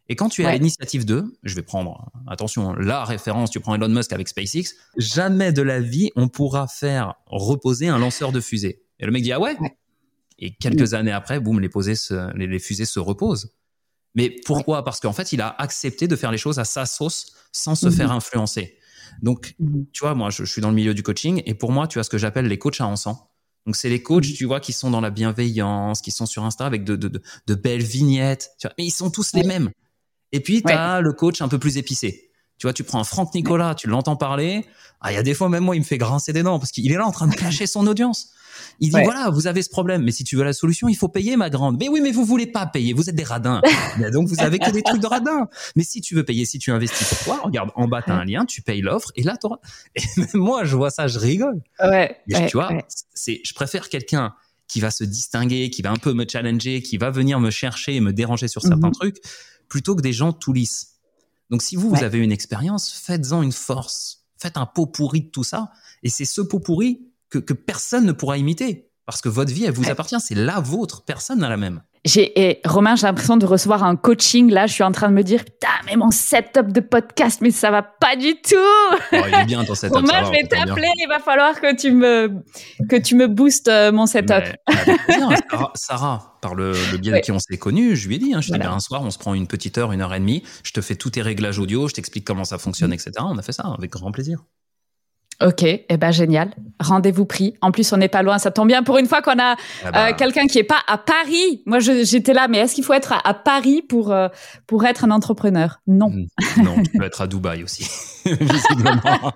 Et quand tu es Ouais. à l'initiative deux, je vais prendre, attention, la référence, tu prends Elon Musk avec SpaceX, jamais de la vie on pourra faire reposer un lanceur de fusée. Et le mec dit, ah ouais, Ouais. Et quelques mmh. années après, boum, les, posées se, les, les fusées se reposent. Mais pourquoi ouais. Parce qu'en fait, il a accepté de faire les choses à sa sauce sans se mmh. faire influencer. Donc, mmh. tu vois, moi, je, je suis dans le milieu du coaching et pour moi, tu as ce que j'appelle les coachs à encens. Donc, c'est les coachs, mmh. tu vois, qui sont dans la bienveillance, qui sont sur Insta avec de, de, de, de belles vignettes. Tu vois, mais ils sont tous ouais. les mêmes. Et puis, tu as ouais. le coach un peu plus épicé. Tu vois, tu prends un Franck Nicolas, ouais. tu l'entends parler. Ah, il y a des fois, même moi, il me fait grincer des dents parce qu'il est là en train de clasher son audience. Il dit, ouais. voilà, vous avez ce problème, mais si tu veux la solution, il faut payer, ma grande. Mais oui, mais vous voulez pas payer, vous êtes des radins. Mais donc, vous avez que des trucs de radins. Mais si tu veux payer, si tu investis pour toi, regarde, en bas, t'as un lien, tu payes l'offre, et là, t'auras... Et même moi, je vois ça, je rigole. Ouais. Et ouais tu vois, ouais. c'est, je préfère quelqu'un qui va se distinguer, qui va un peu me challenger, qui va venir me chercher et me déranger sur certains mm-hmm. trucs, plutôt que des gens tout lisses. Donc, si vous, ouais. vous avez une expérience, faites-en une force. Faites un pot pourri de tout ça. Et c'est ce pot pourri que, que personne ne pourra imiter. Parce que votre vie, elle vous appartient, c'est la vôtre, personne n'a la même. J'ai, et Romain, j'ai l'impression de recevoir un coaching. Là, je suis en train de me dire, putain, mais mon setup de podcast, mais ça va pas du tout. Oh, il est bien ton setup. Romain, va, je vais t'appeler, il va falloir que tu me, que tu me boostes euh, mon setup. Mais, bien, Sarah, Sarah, par le, le biais ouais. de qui on s'est connus, je lui ai dit, hein, je voilà. dis, un soir, on se prend une petite heure, une heure et demie, je te fais tous tes réglages audio, je t'explique comment ça fonctionne, mmh. et cetera. On a fait ça avec grand plaisir. Ok, eh ben génial. Rendez-vous pris. En plus, on n'est pas loin. Ça tombe bien pour une fois qu'on a ah bah. euh, quelqu'un qui est pas à Paris. Moi, je, j'étais là, mais est-ce qu'il faut être à, à Paris pour euh, pour être un entrepreneur ? Non. Mmh. Non, tu peux être à Dubaï aussi, visiblement.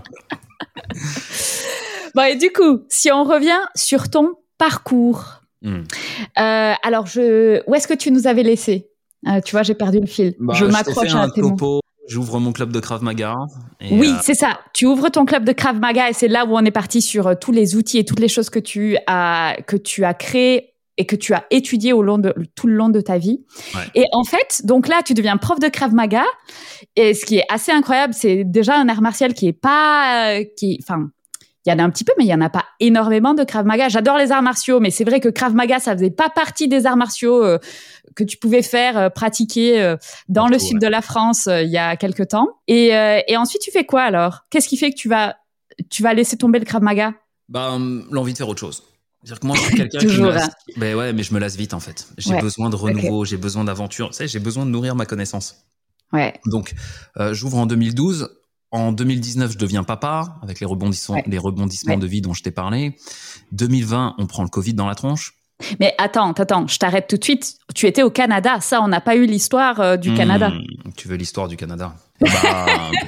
Bon, et du coup, si on revient sur ton parcours, mmh. euh, alors je, où est-ce que tu nous avais laissé ? euh, Tu vois, j'ai perdu le fil. Bah, je je m'accroche à tes mots. J'ouvre mon club de Krav Maga. Et oui, euh... c'est ça. Tu ouvres ton club de Krav Maga et c'est là où on est parti sur euh, tous les outils et toutes les choses que tu as que tu as créées et que tu as étudiées au long de tout le long de ta vie. Ouais. Et en fait, donc là, tu deviens prof de Krav Maga. Et ce qui est assez incroyable, c'est déjà un art martial qui est pas euh, qui, enfin. Il y en a un petit peu, mais il y en a pas énormément de Krav Maga. J'adore les arts martiaux, mais c'est vrai que Krav Maga, ça faisait pas partie des arts martiaux euh, que tu pouvais faire, euh, pratiquer euh, dans Partout, le sud ouais. de la France euh, il y a quelque temps. Et, euh, et ensuite, tu fais quoi alors ? Qu'est-ce qui fait que tu vas, tu vas laisser tomber le Krav Maga ? Bah, um, l'envie de faire autre chose. C'est-à-dire que moi, je suis quelqu'un Toujours, qui me lasse. Hein. Ben ouais, mais je me lasse vite en fait. J'ai ouais. besoin de renouveau, okay. j'ai besoin d'aventure. Tu sais, j'ai besoin de nourrir ma connaissance. Ouais. Donc, euh, j'ouvre en deux mille douze. En deux mille dix-neuf, je deviens papa avec les rebondissements, ouais. les rebondissements ouais. de vie dont je t'ai parlé. deux mille vingt, on prend le Covid dans la tronche. Mais attends, attends, je t'arrête tout de suite. Tu étais au Canada, ça, on n'a pas eu l'histoire euh, du mmh, Canada. Tu veux l'histoire du Canada ? Bah,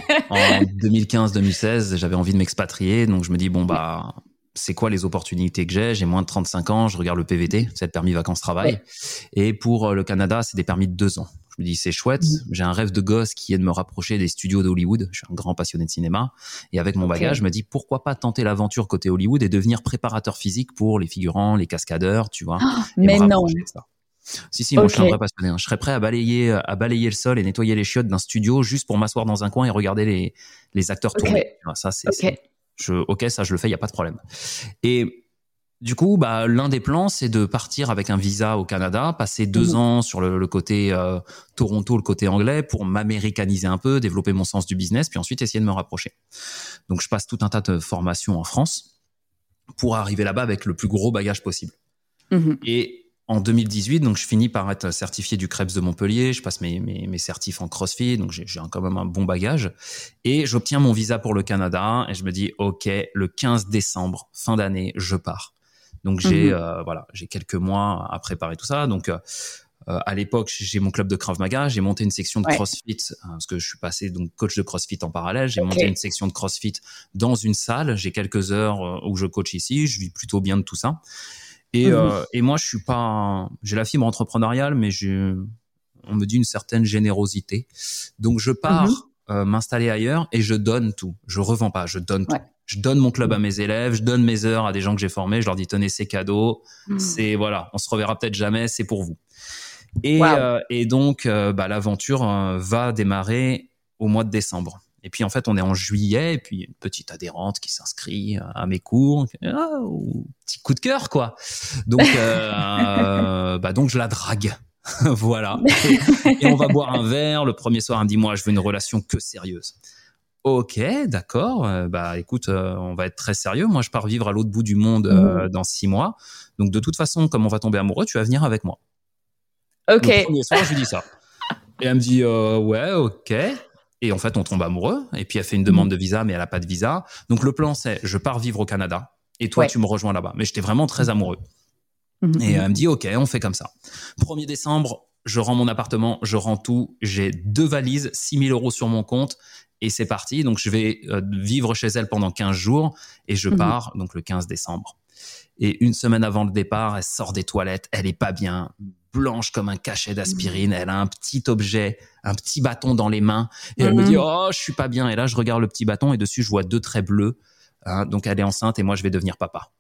en deux mille quinze deux mille seize, j'avais envie de m'expatrier, donc je me dis bon bah, c'est quoi les opportunités que j'ai ? J'ai moins de trente-cinq ans, je regarde le P V T, c'est le permis vacances-travail, ouais. et pour le Canada, c'est des permis de deux ans. Je me dis, c'est chouette. Mmh. J'ai un rêve de gosse qui est de me rapprocher des studios d'Hollywood. Je suis un grand passionné de cinéma. Et avec mon okay. bagage, je me dis, pourquoi pas tenter l'aventure côté Hollywood et devenir préparateur physique pour les figurants, les cascadeurs, tu vois. Oh, mais non. De ça. Si, si, moi, okay. je suis un vrai passionné. Hein. Je serais prêt à balayer, à balayer le sol et nettoyer les chiottes d'un studio juste pour m'asseoir dans un coin et regarder les, les acteurs okay. tourner. Ça, c'est, okay. c'est je, ok, ça, je le fais, il n'y a pas de problème. Et, du coup, bah, l'un des plans, c'est de partir avec un visa au Canada, passer deux mmh. ans sur le, le côté euh, Toronto, le côté anglais, pour m'américaniser un peu, développer mon sens du business, puis ensuite essayer de me rapprocher. Donc, je passe tout un tas de formations en France pour arriver là-bas avec le plus gros bagage possible. Mmh. Et en deux mille dix-huit, donc, je finis par être certifié du Krebs de Montpellier, je passe mes, mes, mes certifs en CrossFit, donc j'ai, j'ai quand même un bon bagage, et j'obtiens mon visa pour le Canada, et je me dis, OK, le quinze décembre, fin d'année, je pars. Donc j'ai mmh. euh, voilà, j'ai quelques mois à préparer tout ça. Donc euh, à l'époque, j'ai mon club de Krav Maga, j'ai monté une section de ouais. CrossFit euh, parce que je suis passé donc coach de CrossFit en parallèle, j'ai okay. monté une section de CrossFit dans une salle, j'ai quelques heures euh, où je coach ici, je vis plutôt bien de tout ça. Et mmh. euh, et moi je suis pas j'ai la fibre entrepreneuriale mais j'ai on me dit une certaine générosité. Donc je pars mmh. euh, m'installer ailleurs et je donne tout. Je revends pas, je donne tout. Ouais. Je donne mon club à mes élèves, je donne mes heures à des gens que j'ai formés, je leur dis tenez c'est cadeau, mmh. c'est voilà, on se reverra peut-être jamais, c'est pour vous. Et, wow. euh, et donc euh, bah, l'aventure euh, va démarrer au mois de décembre. Et puis en fait on est en juillet et puis une petite adhérente qui s'inscrit à mes cours, oh, petit coup de cœur quoi. Donc euh, bah donc je la drague. Voilà. Et, et on va boire un verre. Le premier soir, elle me dit, moi, je veux une relation que sérieuse. Ok, d'accord. Euh, bah, écoute, euh, on va être très sérieux. Moi, je pars vivre à l'autre bout du monde euh, mmh. dans six mois. Donc, de toute façon, comme on va tomber amoureux, tu vas venir avec moi. Ok. Le premier soir, je lui dis ça. Et elle me dit, euh, ouais, ok. Et en fait, on tombe amoureux. Et puis, elle fait une demande mmh. de visa, mais elle a pas de visa. Donc, le plan, c'est, je pars vivre au Canada. Et toi, ouais. tu me rejoins là-bas. Mais j'étais vraiment très amoureux. Mmh. Et elle me dit, ok, on fait comme ça. premier décembre, je rends mon appartement, je rends tout. J'ai deux valises, six mille euros sur mon compte. Et c'est parti. Donc, je vais euh, vivre chez elle pendant quinze jours. Et je mmh. pars, donc le quinze décembre. Et une semaine avant le départ, elle sort des toilettes. Elle est pas bien, blanche comme un cachet d'aspirine. Elle a un petit objet, un petit bâton dans les mains. Et mmh. elle me dit, oh, je suis pas bien. Et là, je regarde le petit bâton et dessus, je vois deux traits bleus. Hein, donc, elle est enceinte et moi, je vais devenir papa.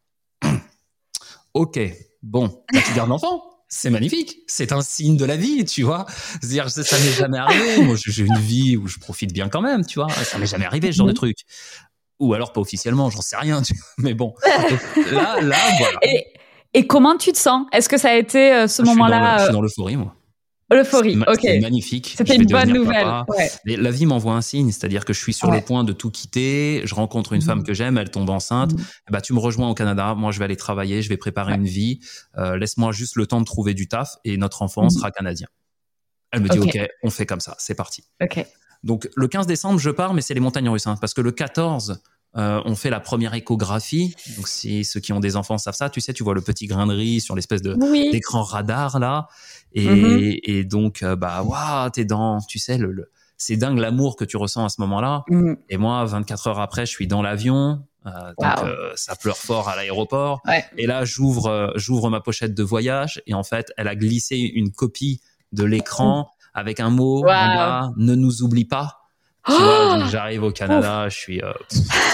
Ok, bon, bah, tu gardes l'enfant. C'est magnifique. C'est un signe de la vie, tu vois. C'est-à-dire, ça, ça m'est jamais arrivé. Moi, j'ai une vie où je profite bien quand même, tu vois. Ça m'est jamais arrivé, ce genre mmh. de truc. Ou alors pas officiellement, j'en sais rien. Tu vois. Mais bon, là, là, voilà. Et, et comment tu te sens? Est-ce que ça a été euh, ce je moment-là suis euh... Je suis dans l'euphorie, moi. L'euphorie, c'est, ok. C'est magnifique. C'était une bonne nouvelle. Ouais. Et la vie m'envoie un signe, c'est-à-dire que je suis sur ouais. le point de tout quitter. Je rencontre une mmh. femme que j'aime, elle tombe enceinte. Mmh. Et bah, tu me rejoins au Canada. Moi, je vais aller travailler, je vais préparer ouais. une vie. Euh, laisse-moi juste le temps de trouver du taf et notre enfant mmh. sera canadien. Elle me dit, ok, ok, on fait comme ça, c'est parti. Ok. Donc, le quinze décembre, je pars, mais c'est les montagnes russes, hein, parce que le quatorze, euh, on fait la première échographie. Donc, si ceux qui ont des enfants savent ça, tu sais, tu vois le petit grain de riz sur l'espèce de oui. d'écran radar là, et, mm-hmm. et donc euh, bah waouh, t'es dans, tu sais, le, le c'est dingue l'amour que tu ressens à ce moment-là. Mm. Et moi, vingt-quatre heures après, je suis dans l'avion, euh, donc wow. euh, ça pleure fort à l'aéroport. Ouais. Et là, j'ouvre euh, j'ouvre ma pochette de voyage, et en fait, elle a glissé une copie de l'écran mm. avec un mot wow. en bas, ne nous oublie pas. Tu oh vois, donc j'arrive au Canada, Ouf. je suis. Euh,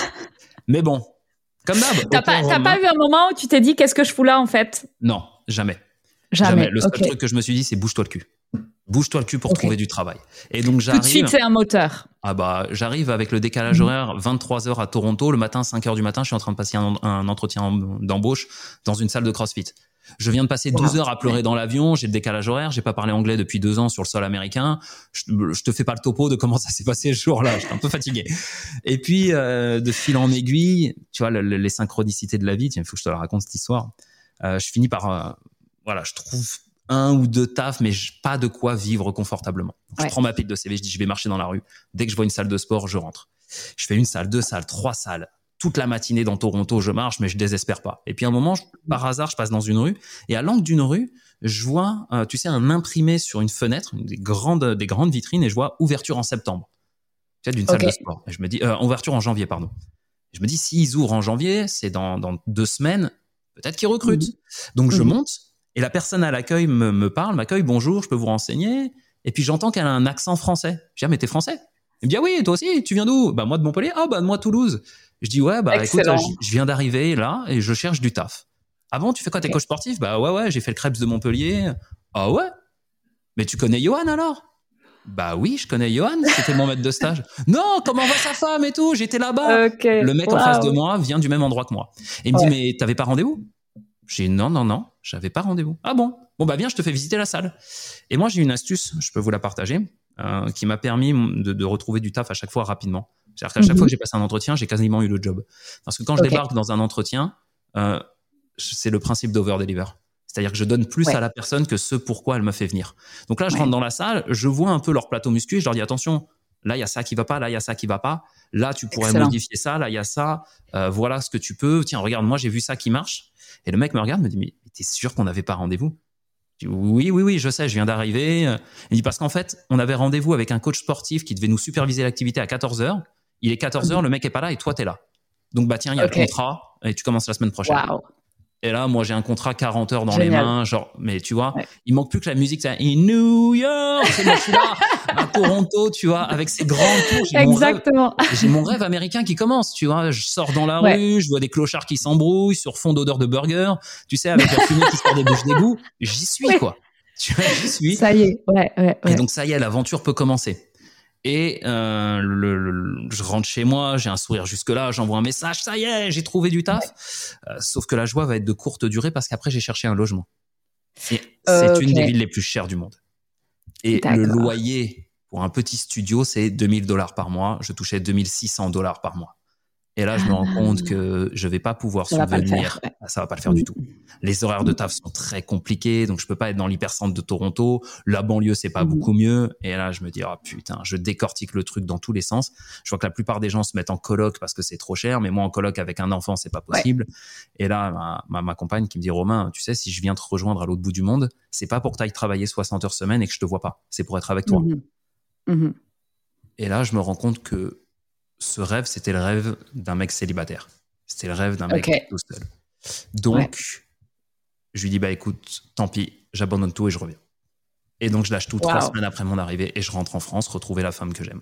Mais bon, comme d'hab. T'as pas, t'as pas eu un moment où tu t'es dit qu'est-ce que je fous là en fait? Non, jamais. Jamais. jamais. Le seul okay. truc que je me suis dit, c'est bouge-toi le cul. Bouge-toi le cul pour okay. trouver du travail. Et donc j'arrive. Tout de suite, c'est un moteur. Ah bah, j'arrive avec le décalage mmh. horaire, vingt-trois heures à Toronto. Le matin, cinq heures du matin, je suis en train de passer un, un entretien d'embauche dans une salle de CrossFit. Je viens de passer douze heures à pleurer dans l'avion, j'ai le décalage horaire, j'ai pas parlé anglais depuis deux ans sur le sol américain. Je, je te fais pas le topo de comment ça s'est passé ce jour-là, j'étais un peu fatigué. Et puis, euh, de fil en aiguille, tu vois, le, le, les synchronicités de la vie, tiens, il faut que je te la raconte cette histoire. Euh, je finis par, euh, voilà, je trouve un ou deux tafs, mais pas de quoi vivre confortablement. Donc, ouais. Je prends ma pile de C V, je dis, je vais marcher dans la rue. Dès que je vois une salle de sport, je rentre. Je fais une salle, deux salles, trois salles. Toute la matinée dans Toronto, je marche, mais je désespère pas. Et puis à un moment, je, par hasard, je passe dans une rue, et à l'angle d'une rue, je vois, euh, tu sais, un imprimé sur une fenêtre, une des grandes, des grandes vitrines, et je vois ouverture en septembre. Tu sais, d'une salle okay. de sport. Et je me dis, euh, ouverture en janvier, pardon. Et je me dis, s'ils ouvrent en janvier, c'est dans, dans deux semaines, peut-être qu'ils recrutent. Mmh. Donc je mmh. monte, et la personne à l'accueil me, me parle, m'accueille, bonjour, je peux vous renseigner. Et puis j'entends qu'elle a un accent français. Je dis, ah, mais t'es français? Elle me dit, ah oui, toi aussi, tu viens d'où? Bah, moi de Montpellier. Ah, bah, de moi Toulouse. Je dis, ouais, bah, Excellent. écoute, je, je viens d'arriver là et je cherche du taf. Ah bon, tu fais quoi, t'es okay. coach sportif? Bah, ouais, ouais, j'ai fait le Krebs de Montpellier. Ah ouais? Mais tu connais Johan alors? Bah oui, je connais Johan, c'était mon maître de stage. Non, comment va sa femme et tout? J'étais là-bas. Okay. Le mec wow. en face de moi vient du même endroit que moi. Et il me ouais. dit, mais t'avais pas rendez-vous? J'ai dit, non, non, non, j'avais pas rendez-vous. Ah bon? Bon, bah, viens, je te fais visiter la salle. Et moi, j'ai une astuce, je peux vous la partager, euh, qui m'a permis de, de retrouver du taf à chaque fois rapidement. C'est-à-dire qu'à chaque mm-hmm. fois que j'ai passé un entretien, j'ai quasiment eu le job. Parce que quand je okay. débarque dans un entretien, euh, c'est le principe d'over-deliver. C'est-à-dire que je donne plus ouais. à la personne que ce pourquoi elle me fait venir. Donc là, je ouais. rentre dans la salle, je vois un peu leur plateau muscu et je leur dis, attention, là, il y a ça qui va pas, là, il y a ça qui va pas. Là, tu pourrais Excellent. modifier ça, là, il y a ça. Euh, voilà ce que tu peux. Tiens, regarde, moi, j'ai vu ça qui marche. Et le mec me regarde, me dit, mais t'es sûr qu'on n'avait pas rendez-vous? Je dis, oui, oui, oui, je sais, je viens d'arriver. Il dit, parce qu'en fait, on avait rendez-vous avec un coach sportif qui devait nous superviser l'activité à quatorze heures. Il est quatorze heures, le mec est pas là et toi, t'es là. Donc, bah, tiens, il y a okay. le contrat et tu commences la semaine prochaine. Wow. Et là, moi, j'ai un contrat quarante heures dans Génial. les mains, genre, mais tu vois, ouais. il manque plus que la musique, c'est in New York. C'est moi, je suis là, à Toronto, tu vois, avec ces grandes tours. J'ai Exactement. Mon rêve, j'ai mon rêve américain qui commence, tu vois. Je sors dans la ouais. rue, je vois des clochards qui s'embrouillent sur fond d'odeur de burger, tu sais, avec la fumée qui sort des bouches d'égout. J'y suis, ouais. quoi. Tu vois, j'y suis. Ça y est, ouais, ouais, ouais. Et donc, ça y est, l'aventure peut commencer. Et euh, le, le, je rentre chez moi, j'ai un sourire jusque-là, j'envoie un message, ça y est, j'ai trouvé du taf. Ouais. Euh, sauf que la joie va être de courte durée parce qu'après, j'ai cherché un logement. Et c'est okay. une des villes les plus chères du monde. Et D'accord. le loyer pour un petit studio, c'est deux mille dollars par mois. Je touchais deux mille six cents dollars par mois. Et là, je me rends compte que je vais pas pouvoir ça subvenir. Va pas ouais. Ça va pas le faire mmh. du tout. Les horaires de taf sont très compliqués, donc je peux pas être dans l'hypercentre de Toronto. La banlieue, c'est pas mmh. beaucoup mieux. Et là, je me dis, oh putain, je décortique le truc dans tous les sens. Je vois que la plupart des gens se mettent en coloc parce que c'est trop cher, mais moi, en coloc avec un enfant, c'est pas possible. Ouais. Et là, ma, ma, ma compagne qui me dit, Romain, tu sais, si je viens te rejoindre à l'autre bout du monde, c'est pas pour que t'ailles travailler soixante heures semaine et que je te vois pas. C'est pour être avec toi. Mmh. Mmh. Et là, je me rends compte que ce rêve, c'était le rêve d'un mec célibataire. C'était le rêve d'un mec okay. tout seul. Donc, ouais. je lui dis, bah écoute, tant pis, j'abandonne tout et je reviens. Et donc, je lâche tout wow. trois semaines après mon arrivée et je rentre en France, retrouver la femme que j'aime.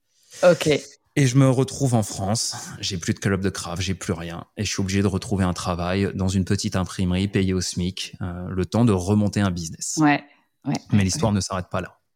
Ok. Et je me retrouve en France, j'ai plus de club de craft, j'ai plus rien. Et je suis obligé de retrouver un travail dans une petite imprimerie payée au SMIC, euh, le temps de remonter un business. Ouais. Ouais. Mais l'histoire ouais. ne s'arrête pas là.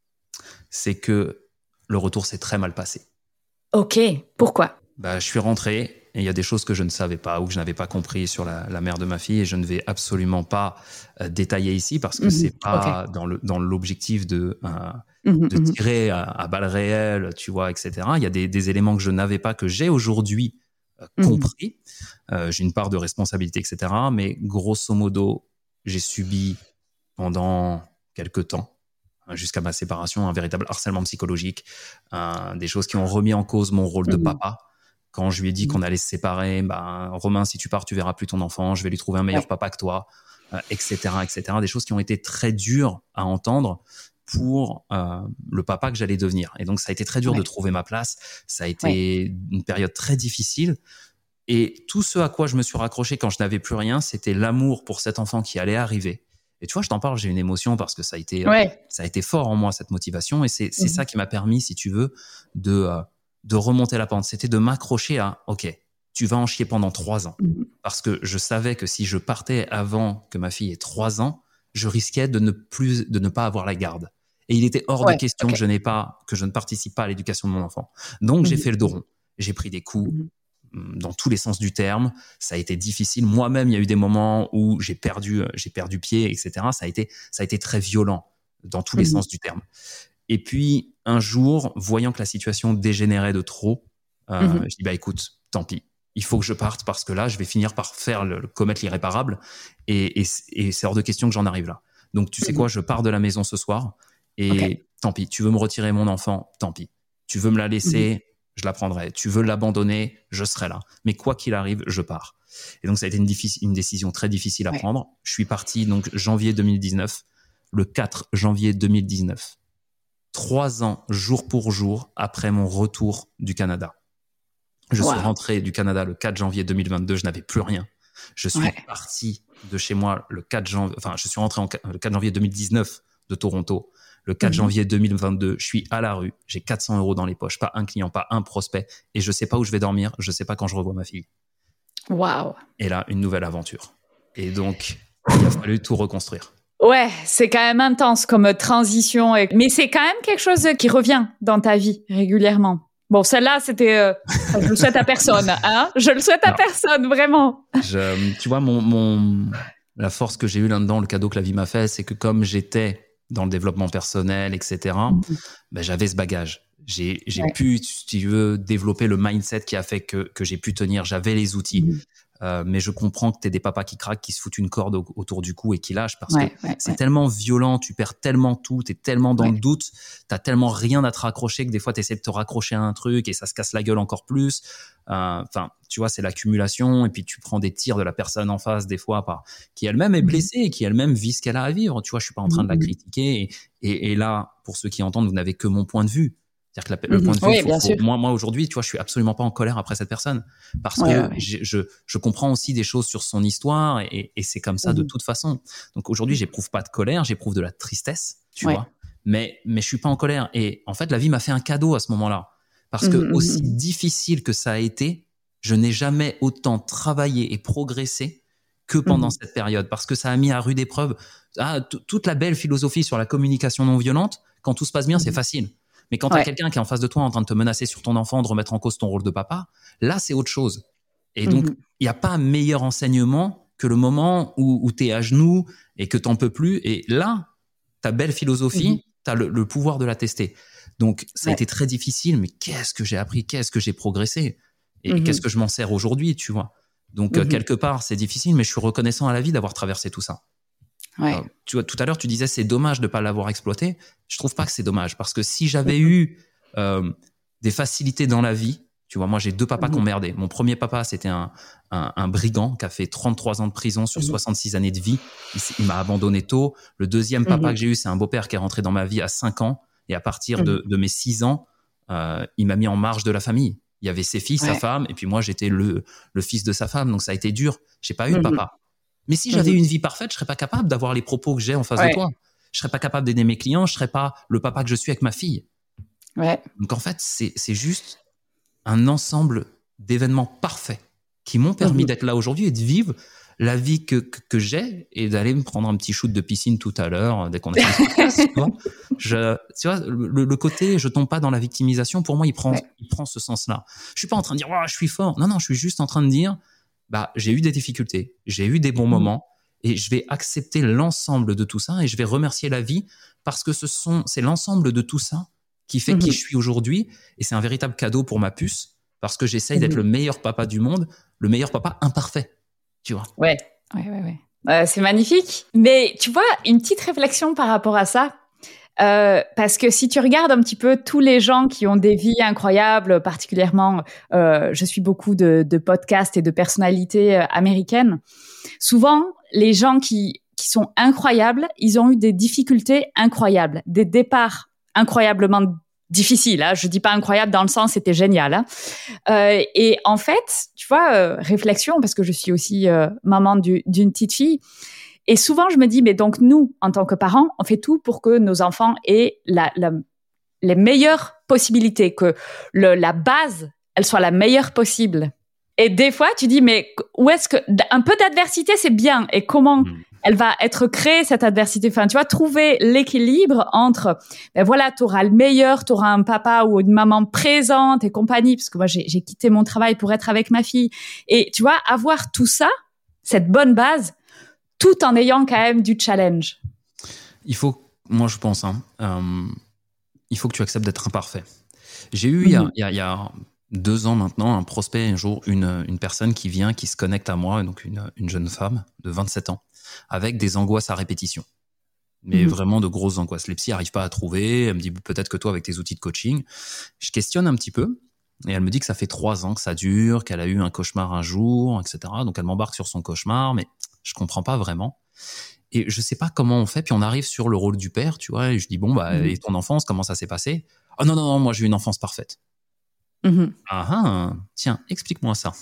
C'est que le retour s'est très mal passé. Ok, pourquoi ? Bah, je suis rentré et il y a des choses que je ne savais pas ou que je n'avais pas compris sur la, la mère de ma fille et je ne vais absolument pas euh, détailler ici parce que mmh, c'est pas okay. dans, le, dans l'objectif de, euh, mmh, de tirer à, à balles réelles, tu vois, et cetera. Il y a des, des éléments que je n'avais pas, que j'ai aujourd'hui euh, compris. Mmh. Euh, j'ai une part de responsabilité, et cetera. Mais grosso modo, j'ai subi pendant quelques temps, jusqu'à ma séparation, un véritable harcèlement psychologique, euh, des choses qui ont remis en cause mon rôle de mmh. papa. Quand je lui ai dit mmh. qu'on allait se séparer, ben, Romain, si tu pars, tu verras plus ton enfant, je vais lui trouver un meilleur ouais. papa que toi, euh, et cetera, et cetera. Des choses qui ont été très dures à entendre pour euh, le papa que j'allais devenir. Et donc, ça a été très dur ouais. de trouver ma place. Ça a été ouais. une période très difficile. Et tout ce à quoi je me suis raccroché quand je n'avais plus rien, c'était l'amour pour cet enfant qui allait arriver. Et tu vois, je t'en parle, j'ai une émotion parce que ça a été, ouais. euh, ça a été fort en moi, cette motivation. Et c'est, c'est mmh. ça qui m'a permis, si tu veux, de, euh, de remonter la pente. C'était de m'accrocher à, OK, tu vas en chier pendant trois ans. Mmh. Parce que je savais que si je partais avant que ma fille ait trois ans, je risquais de ne plus, de ne pas avoir la garde. Et il était hors ouais, de question okay. que je n'ai pas, que je ne participe pas à l'éducation de mon enfant. Donc, mmh. j'ai fait le dos rond. J'ai pris des coups. Mmh. dans tous les sens du terme. Ça a été difficile. Moi-même, il y a eu des moments où j'ai perdu, j'ai perdu pied, et cetera. Ça a été, ça a été très violent dans tous les mmh. sens du terme. Et puis, un jour, voyant que la situation dégénérait de trop, euh, mmh. je dis, bah, écoute, tant pis. Il faut que je parte parce que là, je vais finir par faire le, le commettre l'irréparable et, et, et c'est hors de question que j'en arrive là. Donc, tu mmh. sais quoi, je pars de la maison ce soir et okay. tant pis. Tu veux me retirer mon enfant, tant pis. Tu veux me la laisser, mmh. je la prendrai. Tu veux l'abandonner, je serai là. Mais quoi qu'il arrive, je pars. Et donc, ça a été une, diffi- une décision très difficile à ouais. prendre. Je suis parti donc janvier deux mille dix-neuf, le quatre janvier deux mille dix-neuf. Trois ans, jour pour jour, après mon retour du Canada. Je wow. suis rentré du Canada le quatre janvier deux mille vingt-deux, je n'avais plus rien. Je suis ouais. parti de chez moi le quatre janvier, enfin, je suis rentré en, le quatre janvier deux mille dix-neuf de Toronto. Le quatre mmh. janvier deux mille vingt-deux, je suis à la rue, j'ai quatre cents euros dans les poches, pas un client, pas un prospect, et je sais pas où je vais dormir, je sais pas quand je revois ma fille. Waouh. Et là, une nouvelle aventure. Et donc, il a fallu tout reconstruire. Ouais, c'est quand même intense comme transition, et... mais c'est quand même quelque chose qui revient dans ta vie régulièrement. Bon, celle-là, c'était, euh... je le souhaite à personne, hein. Je le souhaite à non. personne, vraiment. Je, tu vois, mon, mon, la force que j'ai eue là-dedans, le cadeau que la vie m'a fait, c'est que comme j'étais dans le développement personnel, et cetera, mmh. ben, j'avais ce bagage. J'ai, j'ai ouais. pu, si tu veux, développer le mindset qui a fait que, que j'ai pu tenir. J'avais les outils. Mmh. Euh, mais je comprends que t'es des papas qui craquent, qui se foutent une corde au, autour du cou et qui lâchent parce ouais, que ouais, c'est ouais. tellement violent, tu perds tellement tout, t'es tellement dans ouais. le doute, t'as tellement rien à te raccrocher que des fois t'essaies de te raccrocher à un truc et ça se casse la gueule encore plus. Enfin, euh, tu vois, c'est l'accumulation et puis tu prends des tirs de la personne en face des fois par, qui elle-même est blessée mmh. et qui elle-même vit ce qu'elle a à vivre. Tu vois, je suis pas en train mmh. de la critiquer et, et, et là, pour ceux qui entendent, vous n'avez que mon point de vue. C'est-à-dire que la, le point de vue, oui, faut, bien faut, sûr. moi, moi aujourd'hui, tu vois, je suis absolument pas en colère après cette personne parce ouais, que ouais. je, je, je comprends aussi des choses sur son histoire et, et c'est comme ça mmh. de toute façon. Donc aujourd'hui, j'éprouve pas de colère, j'éprouve de la tristesse, tu ouais. vois, mais mais je suis pas en colère. Et en fait, la vie m'a fait un cadeau à ce moment-là parce que mmh. aussi difficile que ça a été, je n'ai jamais autant travaillé et progressé que pendant mmh. cette période parce que ça a mis à rude épreuve ah, t- toute la belle philosophie sur la communication non violente. Quand tout se passe bien, mmh. c'est facile. Mais quand ouais. tu as quelqu'un qui est en face de toi en train de te menacer sur ton enfant, de remettre en cause ton rôle de papa, là, c'est autre chose. Et donc, il mmh. n'y a pas un meilleur enseignement que le moment où, où t'es à genoux et que t'en peux plus. Et là, ta belle philosophie, mmh. t'as le, le pouvoir de la tester. Donc, ça ouais. a été très difficile, mais qu'est-ce que j'ai appris, qu'est-ce que j'ai progressé et mmh. qu'est-ce que je m'en sers aujourd'hui, tu vois. Donc, mmh. euh, quelque part, c'est difficile, mais je suis reconnaissant à la vie d'avoir traversé tout ça. Ouais. Alors, tu vois, tout à l'heure, tu disais c'est dommage de ne pas l'avoir exploité. Je trouve pas que c'est dommage parce que si j'avais mmh. eu euh, des facilités dans la vie, tu vois, moi j'ai deux papas mmh. qui ont merdé. Mon premier papa, c'était un, un, un brigand qui a fait trente-trois ans de prison sur mmh. soixante-six années de vie. Il, il m'a abandonné tôt. Le deuxième papa mmh. que j'ai eu, c'est un beau-père qui est rentré dans ma vie à cinq ans et à partir mmh. de, de mes six ans, euh, il m'a mis en marge de la famille. Il y avait ses filles, ouais. sa femme, et puis moi j'étais le, le fils de sa femme, donc ça a été dur. J'ai pas eu mmh. de papa. Mais si j'avais mmh. une vie parfaite, je serais pas capable d'avoir les propos que j'ai en face ouais. de toi. Je serais pas capable d'aider mes clients. Je serais pas le papa que je suis avec ma fille. Ouais. Donc en fait, c'est, c'est juste un ensemble d'événements parfaits qui m'ont permis mmh. d'être là aujourd'hui et de vivre la vie que, que, que j'ai et d'aller me prendre un petit shoot de piscine tout à l'heure dès qu'on a fait ce podcast. tu vois, je, tu vois le, le côté je tombe pas dans la victimisation, pour moi, il prend, ouais. il prend ce sens-là. Je suis pas en train de dire oh, je suis fort. Non, non, je suis juste en train de dire bah, j'ai eu des difficultés, j'ai eu des bons mmh. moments et je vais accepter l'ensemble de tout ça et je vais remercier la vie parce que ce sont, c'est l'ensemble de tout ça qui fait mmh. qui je suis aujourd'hui et c'est un véritable cadeau pour ma puce parce que j'essaye mmh. d'être le meilleur papa du monde, le meilleur papa imparfait, tu vois. Ouais, ouais, ouais, ouais. Euh, c'est magnifique. Mais tu vois, une petite réflexion par rapport à ça. Euh, parce que si tu regardes un petit peu tous les gens qui ont des vies incroyables, particulièrement, euh, je suis beaucoup de, de podcasts et de personnalités euh, américaines. Souvent, les gens qui qui sont incroyables, ils ont eu des difficultés incroyables, des départs incroyablement difficiles. Hein. Je dis pas incroyable dans le sens c'était génial. Hein. Euh, et en fait, tu vois, euh, réflexion parce que je suis aussi euh, maman du, d'une petite fille. Et souvent, je me dis, mais donc nous, en tant que parents, on fait tout pour que nos enfants aient la, la, les meilleures possibilités, que le, la base, elle soit la meilleure possible. Et des fois, tu dis, mais où est-ce que... Un peu d'adversité, c'est bien. Et comment mmh. elle va être créée, cette adversité? Enfin, tu vois, trouver l'équilibre entre, ben voilà, tu auras le meilleur, tu auras un papa ou une maman présente et compagnie, parce que moi, j'ai, j'ai quitté mon travail pour être avec ma fille. Et tu vois, avoir tout ça, cette bonne base, tout en ayant quand même du challenge. Il faut, moi je pense, hein, euh, il faut que tu acceptes d'être imparfait. J'ai eu, Mm-hmm. il y a, il y a deux ans maintenant, un prospect, un jour, une, une personne qui vient, qui se connecte à moi, donc une, une jeune femme de vingt-sept ans, avec des angoisses à répétition. Mais mm-hmm. vraiment de grosses angoisses. Les psys n'arrivent pas à trouver. Elle me dit, peut-être que toi, avec tes outils de coaching. Je questionne un petit peu. Et elle me dit que ça fait trois ans que ça dure, qu'elle a eu un cauchemar un jour, et cetera. Donc elle m'embarque sur son cauchemar, mais je comprends pas vraiment. Et je sais pas comment on fait. Puis on arrive sur le rôle du père, tu vois. Et je dis, bon, bah, mmh. et ton enfance, comment ça s'est passé? Oh non, non, non, moi j'ai eu une enfance parfaite. Mmh. Ah ah, tiens, explique-moi ça.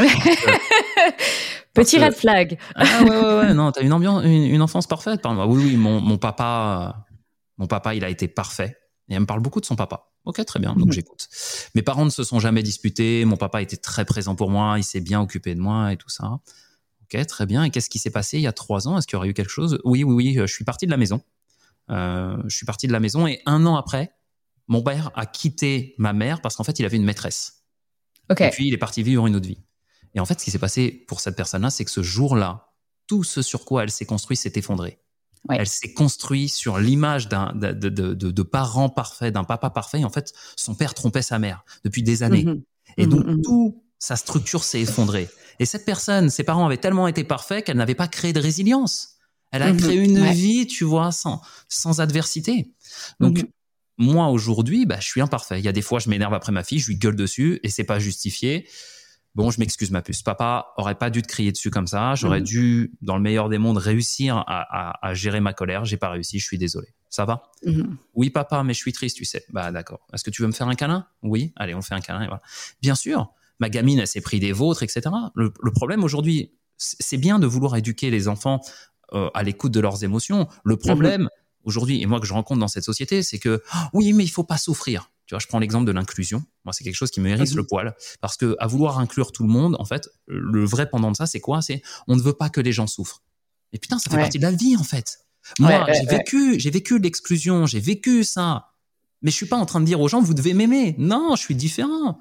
Petit red flag. Ah ouais, ouais, ouais, non, t'as une ambiance, une, une enfance parfaite. Pardon. Oui, oui, mon, mon papa, mon papa, il a été parfait. Et elle me parle beaucoup de son papa. Ok, très bien, donc mmh. j'écoute. Mes parents ne se sont jamais disputés. Mon papa était très présent pour moi. Il s'est bien occupé de moi et tout ça. Ok, très bien. Et qu'est-ce qui s'est passé il y a trois ans? Est-ce qu'il y aurait eu quelque chose? Oui, oui, oui. Je suis parti de la maison. Euh, je suis parti de la maison et un an après, mon père a quitté ma mère parce qu'en fait, il avait une maîtresse. Okay. Et puis, il est parti vivre une autre vie. Et en fait, ce qui s'est passé pour cette personne-là, c'est que ce jour-là, tout ce sur quoi elle s'est construite s'est effondré. Ouais. Elle s'est construite sur l'image d'un, de, de, de, de parents parfaits, d'un papa parfait. Et en fait, son père trompait sa mère depuis des années. Mmh. Et donc, mmh. tout, sa structure s'est effondrée. Et cette personne, ses parents avaient tellement été parfaits qu'elle n'avait pas créé de résilience. Elle a mmh. créé une ouais. vie, tu vois, sans, sans adversité. Donc, mmh. moi, aujourd'hui, bah, je suis imparfait. Il y a des fois, je m'énerve après ma fille, je lui gueule dessus et c'est pas justifié. Bon, je m'excuse, ma puce. Papa aurait pas dû te crier dessus comme ça. J'aurais mmh. dû, dans le meilleur des mondes, réussir à, à, à gérer ma colère. J'ai pas réussi. Je suis désolé. Ça va? mmh. Oui, papa, mais je suis triste, tu sais. Bah, d'accord. Est-ce que tu veux me faire un câlin? Oui. Allez, on fait un câlin. Et voilà. Bien sûr, ma gamine, elle s'est pris des vôtres, et cetera. Le, le problème aujourd'hui, c'est bien de vouloir éduquer les enfants euh, à l'écoute de leurs émotions. Le problème mmh. aujourd'hui, et moi que je rencontre dans cette société, c'est que oh, oui, mais il faut pas souffrir. Tu vois, je prends l'exemple de l'inclusion. Moi, c'est quelque chose qui me hérisse mmh. le poil. Parce que, à vouloir inclure tout le monde, en fait, le vrai pendant de ça, c'est quoi? C'est, on ne veut pas que les gens souffrent. Et putain, ça fait ouais. partie de la vie, en fait. Moi, ouais, ouais, j'ai ouais. vécu, j'ai vécu l'exclusion, j'ai vécu ça. Mais je suis pas en train de dire aux gens, vous devez m'aimer. Non, je suis différent.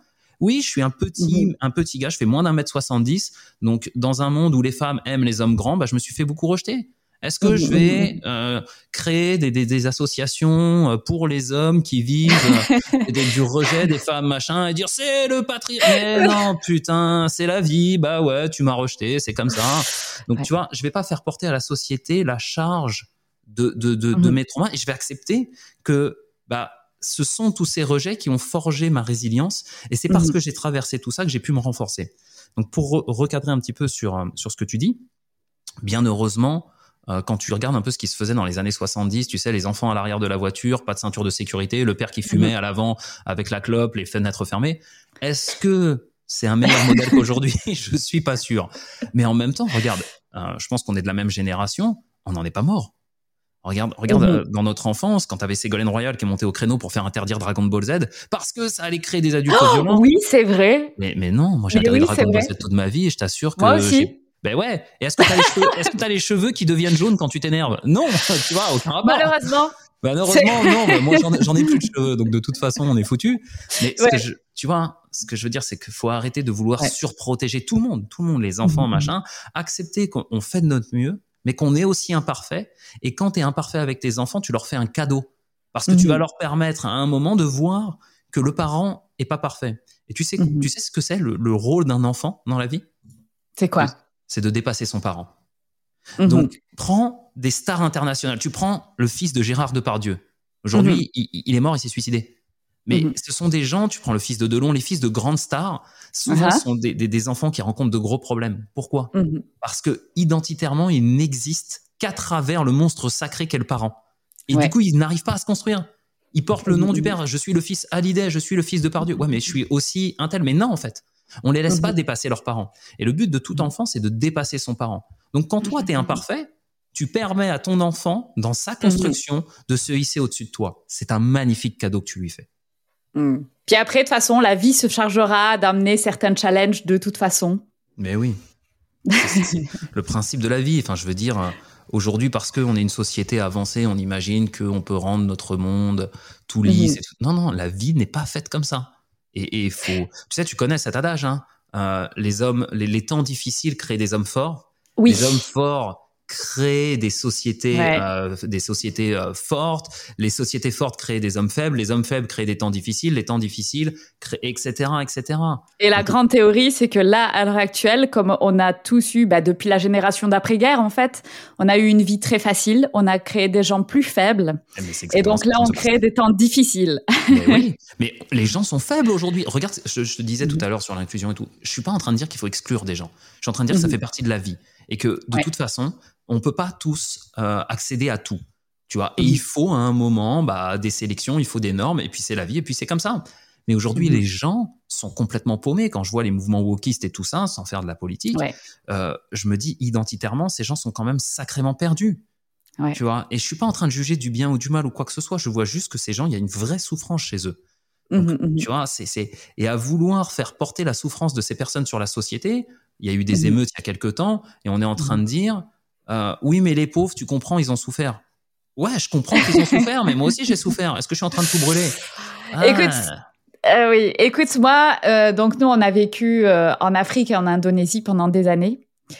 Oui, je suis un petit, Mhm. un petit gars, je fais moins d'un mètre soixante-dix. Donc, dans un monde où les femmes aiment les hommes grands, bah, je me suis fait beaucoup rejeter. Est-ce que je vais euh, créer des, des, des associations pour les hommes qui vivent euh, des, du rejet des femmes, machin, et dire c'est le patriarcat? Mais non, putain, c'est la vie. Bah ouais, tu m'as rejeté, c'est comme ça. Donc, Ouais. tu vois, je vais pas faire porter à la société la charge de, de, de, Mhm. de mes traumas, et je vais accepter que bah, ce sont tous ces rejets qui ont forgé ma résilience, et c'est parce Mhm. que j'ai traversé tout ça que j'ai pu me renforcer. Donc, pour re- recadrer un petit peu sur, sur ce que tu dis, bien heureusement, euh, quand tu regardes un peu ce qui se faisait dans les années soixante-dix, tu sais, les enfants à l'arrière de la voiture, pas de ceinture de sécurité, le père qui fumait Mhm. à l'avant avec la clope, les fenêtres fermées. Est-ce que c'est un meilleur modèle qu'aujourd'hui? Je suis pas sûr. Mais en même temps, regarde, euh, je pense qu'on est de la même génération, on n'en est pas mort. Regarde, regarde Mhm. euh, dans notre enfance, quand t'avais Ségolène Royal qui est montée au créneau pour faire interdire Dragon Ball Z, parce que ça allait créer des adultes Oh, violents. oui, c'est vrai. Mais, mais non, moi j'ai Mais regardé oui, c'est Dragon Ball vrai. Z toute ma vie et je t'assure Moi que j'ai... aussi. Ben ouais, et est-ce que t'as les cheveux, est-ce que t'as les cheveux qui deviennent jaunes quand tu t'énerves? Non, tu vois, aucun rapport. Malheureusement. Ben heureusement, non, ben moi j'en ai, j'en ai plus de cheveux, donc de toute façon on est foutu. Mais ce Ouais. que je, tu vois, ce que je veux dire, c'est qu'il faut arrêter de vouloir Ouais. surprotéger tout le monde, tout le monde, les enfants, Mhm. machin, accepter qu'on on fait de notre mieux, mais qu'on est aussi imparfait. Et quand t'es imparfait avec tes enfants, tu leur fais un cadeau. Parce que tu vas Mhm. leur permettre à un moment de voir que le parent est pas parfait. Et tu sais, Mhm. tu sais ce que c'est le, le rôle d'un enfant dans la vie? C'est quoi? C'est de dépasser son parent. Mhm. Donc, prends des stars internationales. Tu prends le fils de Gérard Depardieu. Aujourd'hui, Mhm. il, il est mort, il s'est suicidé. Mais Mhm. ce sont des gens, tu prends le fils de Delon, les fils de grandes stars, souvent Uh-huh. sont des, des, des enfants qui rencontrent de gros problèmes. Pourquoi? Mhm. Parce que identitairement, ils n'existent qu'à travers le monstre sacré qu'est le parent. Et Ouais. du coup, ils n'arrivent pas à se construire. Ils portent le nom Mhm. du père. Je suis le fils Hallyday, je suis le fils de Pardieu. Ouais, mais je suis aussi un tel. Mais non, en fait. On les laisse pas Mhm. dépasser leurs parents. Et le but de tout enfant, c'est de dépasser son parent. Donc, quand toi, t'es imparfait, tu permets à ton enfant, dans sa construction, de se hisser au-dessus de toi. C'est un magnifique cadeau que tu lui fais. Mhm. Puis après, de toute façon, la vie se chargera d'amener certains challenges de toute façon. Mais oui. C'est, c'est le principe de la vie. Enfin, je veux dire, aujourd'hui, parce qu'on est une société avancée, on imagine qu'on peut rendre notre monde tout lisse. Mhm. Et tout. Non, non, la vie n'est pas faite comme ça. Et il faut... Tu sais, tu connais cet adage, hein, euh, les hommes, les, les temps difficiles créent des hommes forts. Oui. Les hommes forts créer des sociétés, Ouais. euh, des sociétés euh, fortes. Les sociétés fortes créent des hommes faibles. Les hommes faibles créent des temps difficiles. Les temps difficiles créent, et cetera, et cetera. Et la Donc, grande théorie, c'est que là, à l'heure actuelle, comme on a tous eu, bah, depuis la génération d'après-guerre, en fait, on a eu une vie très facile. On a créé des gens plus faibles. mais c'est Et exactement donc ce là, qui on se crée passe. des temps difficiles. Mais oui, mais les gens sont faibles aujourd'hui. Regarde, je, je te disais tout Mhm. à l'heure sur l'inclusion et tout. Je suis pas en train de dire qu'il faut exclure des gens. Je suis en train de dire que ça Mhm. fait partie de la vie et que de Ouais. toute façon, on peut pas tous euh, accéder à tout. Tu vois, et Mhm. il faut à un moment bah, des sélections, il faut des normes, et puis c'est la vie, et puis c'est comme ça. Mais aujourd'hui, Mhm. les gens sont complètement paumés. Quand je vois les mouvements wokistes et tout ça, sans faire de la politique, Ouais. euh, je me dis identitairement, ces gens sont quand même sacrément perdus. Ouais. Tu vois, et je suis pas en train de juger du bien ou du mal ou quoi que ce soit. Je vois juste que ces gens, il y a une vraie souffrance chez eux. Donc, Mhm. Mhm. tu vois, c'est, c'est, et à vouloir faire porter la souffrance de ces personnes sur la société, il y a eu des Mhm. émeutes il y a quelque temps, et on est en train de dire, euh, oui, mais les pauvres, tu comprends, ils ont souffert. Ouais, je comprends qu'ils ont souffert, mais moi aussi j'ai souffert. Est-ce que je suis en train de tout brûler? Écoute, Ah, euh, oui, écoute, moi, euh, donc nous, on a vécu euh, en Afrique et en Indonésie pendant des années.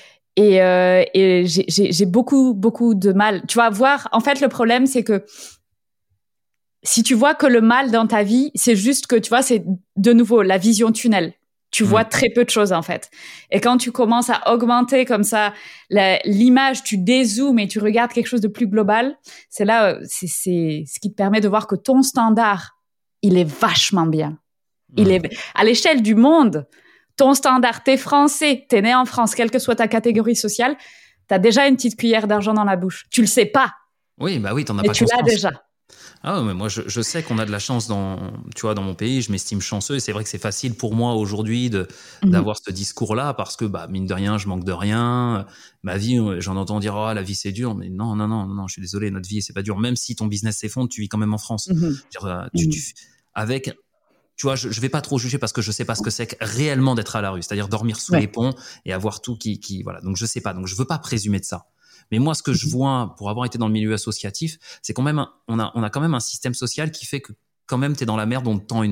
Et, euh, et j'ai, j'ai, j'ai beaucoup, beaucoup de mal. Tu vas voir, en fait, le problème, c'est que si tu vois que le mal dans ta vie, c'est juste que, tu vois, c'est de nouveau la vision tunnel. Tu vois Mm. très peu de choses, en fait. Et quand tu commences à augmenter comme ça la, l'image, tu dézoomes et tu regardes quelque chose de plus global, c'est là, euh, c'est, c'est ce qui te permet de voir que ton standard, il est vachement bien. Il Mm. est à l'échelle du monde. Ton standard, t'es français, t'es né en France, quelle que soit ta catégorie sociale, t'as déjà une petite cuillère d'argent dans la bouche. Tu le sais pas, Oui, bah oui, t'en as mais pas tu l'as conscience. déjà. Ah ouais, mais moi je, je sais qu'on a de la chance dans, tu vois, dans mon pays, je m'estime chanceux et c'est vrai que c'est facile pour moi aujourd'hui de, Mhm. d'avoir ce discours-là parce que bah mine de rien, je manque de rien. Ma vie, j'en entends dire oh la vie c'est dur, mais non non non non, je suis désolé, notre vie c'est pas dur. Même si ton business s'effondre, tu vis quand même en France. Mhm. Je veux dire, euh, tu, Mhm. tu, avec, tu vois, je, je vais pas trop juger parce que je sais pas ce que c'est que réellement d'être à la rue, c'est-à-dire dormir sous Ouais. les ponts et avoir tout qui, qui, voilà. Donc je sais pas, donc je veux pas présumer de ça. Mais moi, ce que je vois, pour avoir été dans le milieu associatif, c'est quand même, un, on a, on a quand même un système social qui fait que quand même t'es dans la merde, on te tend une main.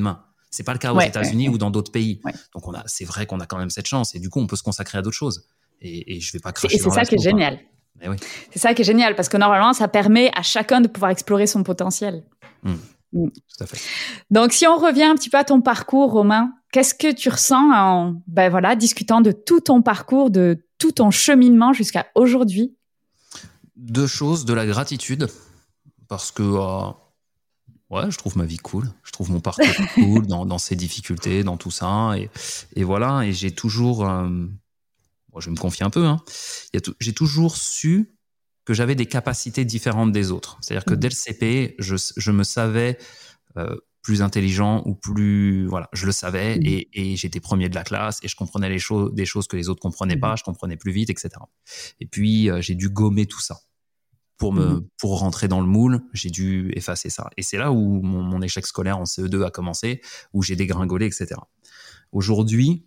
C'est pas le cas aux ouais, États-Unis ouais, ou dans d'autres pays. Ouais. Donc on a, c'est vrai qu'on a quand même cette chance et du coup on peut se consacrer à d'autres choses. Et, et je vais pas cracher Et c'est dans ça la qui est soupe, génial. Mais oui. C'est ça qui est génial parce que normalement, ça permet à chacun de pouvoir explorer son potentiel. Mmh. Mmh. Tout à fait. Donc, si on revient un petit peu à ton parcours, Romain, qu'est-ce que tu ressens en, ben voilà, discutant de tout ton parcours, de tout ton cheminement jusqu'à aujourd'hui? Deux choses, de la gratitude, parce que euh, ouais, je trouve ma vie cool, je trouve mon parcours cool dans, dans ses difficultés, dans tout ça, et, et voilà, et j'ai toujours, euh, bon, je vais me confier un peu, hein, il y a tout, j'ai toujours su que j'avais des capacités différentes des autres. C'est-à-dire que dès le C P, je, je me savais euh, plus intelligent ou plus... Voilà, je le savais mmh. et, et j'étais premier de la classe et je comprenais les choses, des choses que les autres comprenaient mmh. pas, je comprenais plus vite, et cetera. Et puis, euh, j'ai dû gommer tout ça. Pour, me, mmh. pour rentrer dans le moule, j'ai dû effacer ça. Et c'est là où mon, mon échec scolaire en C E deux a commencé, où j'ai dégringolé, et cetera. Aujourd'hui,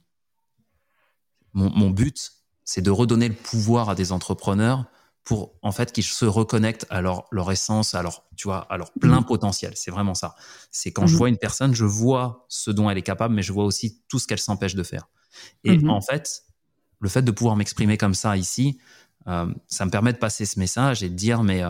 mon, mon but, c'est de redonner le pouvoir à des entrepreneurs pour en fait qu'ils se reconnectent à leur, leur essence, à leur, tu vois, à leur plein mmh. potentiel. C'est vraiment ça. C'est quand mmh. je vois une personne, je vois ce dont elle est capable, mais je vois aussi tout ce qu'elle s'empêche de faire. Et mmh. en fait, le fait de pouvoir m'exprimer comme ça ici, euh, ça me permet de passer ce message et de dire, mais euh,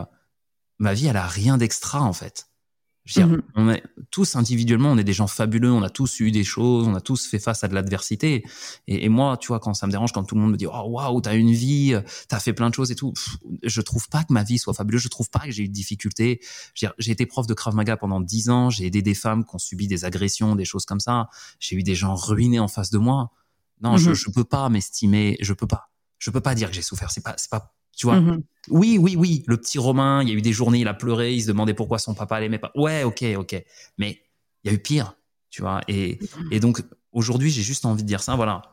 ma vie, elle a rien d'extra en fait. Je veux dire, mmh. on est tous individuellement, on est des gens fabuleux, on a tous eu des choses, on a tous fait face à de l'adversité. Et, et moi, tu vois, quand ça me dérange, quand tout le monde me dit « Oh, waouh, t'as une vie, t'as fait plein de choses et tout », je trouve pas que ma vie soit fabuleuse, je trouve pas que j'ai eu de difficultés. Je veux dire, j'ai été prof de Krav Maga pendant dix ans, j'ai aidé des femmes qui ont subi des agressions, des choses comme ça. J'ai eu des gens ruinés en face de moi. Non, mmh. je, je peux pas m'estimer, je peux pas. Je peux pas dire que j'ai souffert, c'est pas, c'est pas, tu vois. Mmh. Oui, oui, oui, le petit Romain, il y a eu des journées, il a pleuré, il se demandait pourquoi son papa l'aimait pas. Ouais, ok, ok. Mais il y a eu pire, tu vois. Et, et donc, aujourd'hui, j'ai juste envie de dire ça, voilà.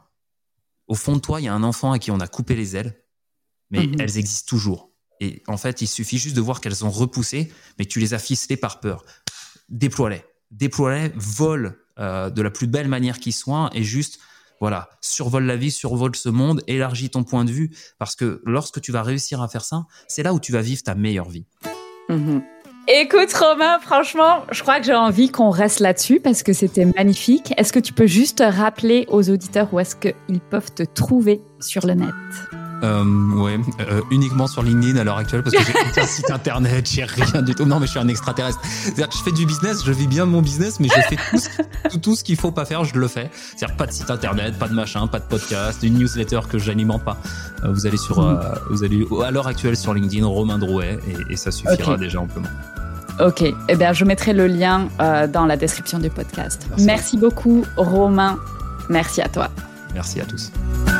Au fond de toi, il y a un enfant à qui on a coupé les ailes, mais mmh. elles existent toujours. Et en fait, il suffit juste de voir qu'elles ont repoussé, mais que tu les as ficelées par peur. Déploie-les. Déploie-les, vole euh, de la plus belle manière qui soit et juste... Voilà, survole la vie, survole ce monde, élargis ton point de vue, parce que lorsque tu vas réussir à faire ça, c'est là où tu vas vivre ta meilleure vie. Mmh. Écoute Romain, franchement, je crois que j'ai envie qu'on reste là-dessus parce que c'était magnifique. Est-ce que tu peux juste rappeler aux auditeurs où est-ce qu'ils peuvent te trouver sur le net ? Euh, ouais, euh, uniquement sur LinkedIn à l'heure actuelle parce que j'ai aucun site internet, j'ai rien du tout. Non, mais je suis un extraterrestre. C'est-à-dire que je fais du business, je vis bien de mon business, mais je fais tout ce, tout, tout ce qu'il faut pas faire, je le fais. C'est-à-dire pas de site internet, pas de machin, pas de podcast, une newsletter que j'alimente pas. Euh, vous allez sur, euh, vous allez à l'heure actuelle sur LinkedIn, Romain Drouet, et, et ça suffira okay. déjà amplement. Ok, eh bien je mettrai le lien euh, dans la description du podcast. Merci, Merci beaucoup Romain. Merci à toi. Merci à tous.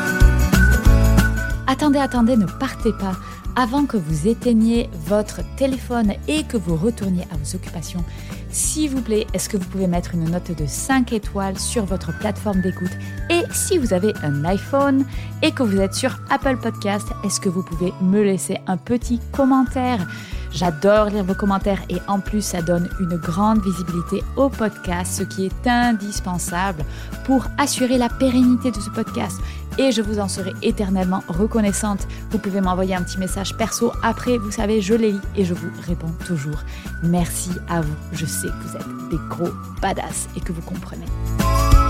Attendez, attendez, ne partez pas. Avant que vous éteigniez votre téléphone et que vous retourniez à vos occupations, s'il vous plaît, est-ce que vous pouvez mettre une note de cinq étoiles sur votre plateforme d'écoute ? Et si vous avez un iPhone et que vous êtes sur Apple Podcast, est-ce que vous pouvez me laisser un petit commentaire ? J'adore lire vos commentaires et en plus, ça donne une grande visibilité au podcast, ce qui est indispensable pour assurer la pérennité de ce podcast. Et je vous en serai éternellement reconnaissante. Vous pouvez m'envoyer un petit message perso. Après, vous savez, je les lis et je vous réponds toujours. Merci à vous. Je sais que vous êtes des gros badass et que vous comprenez.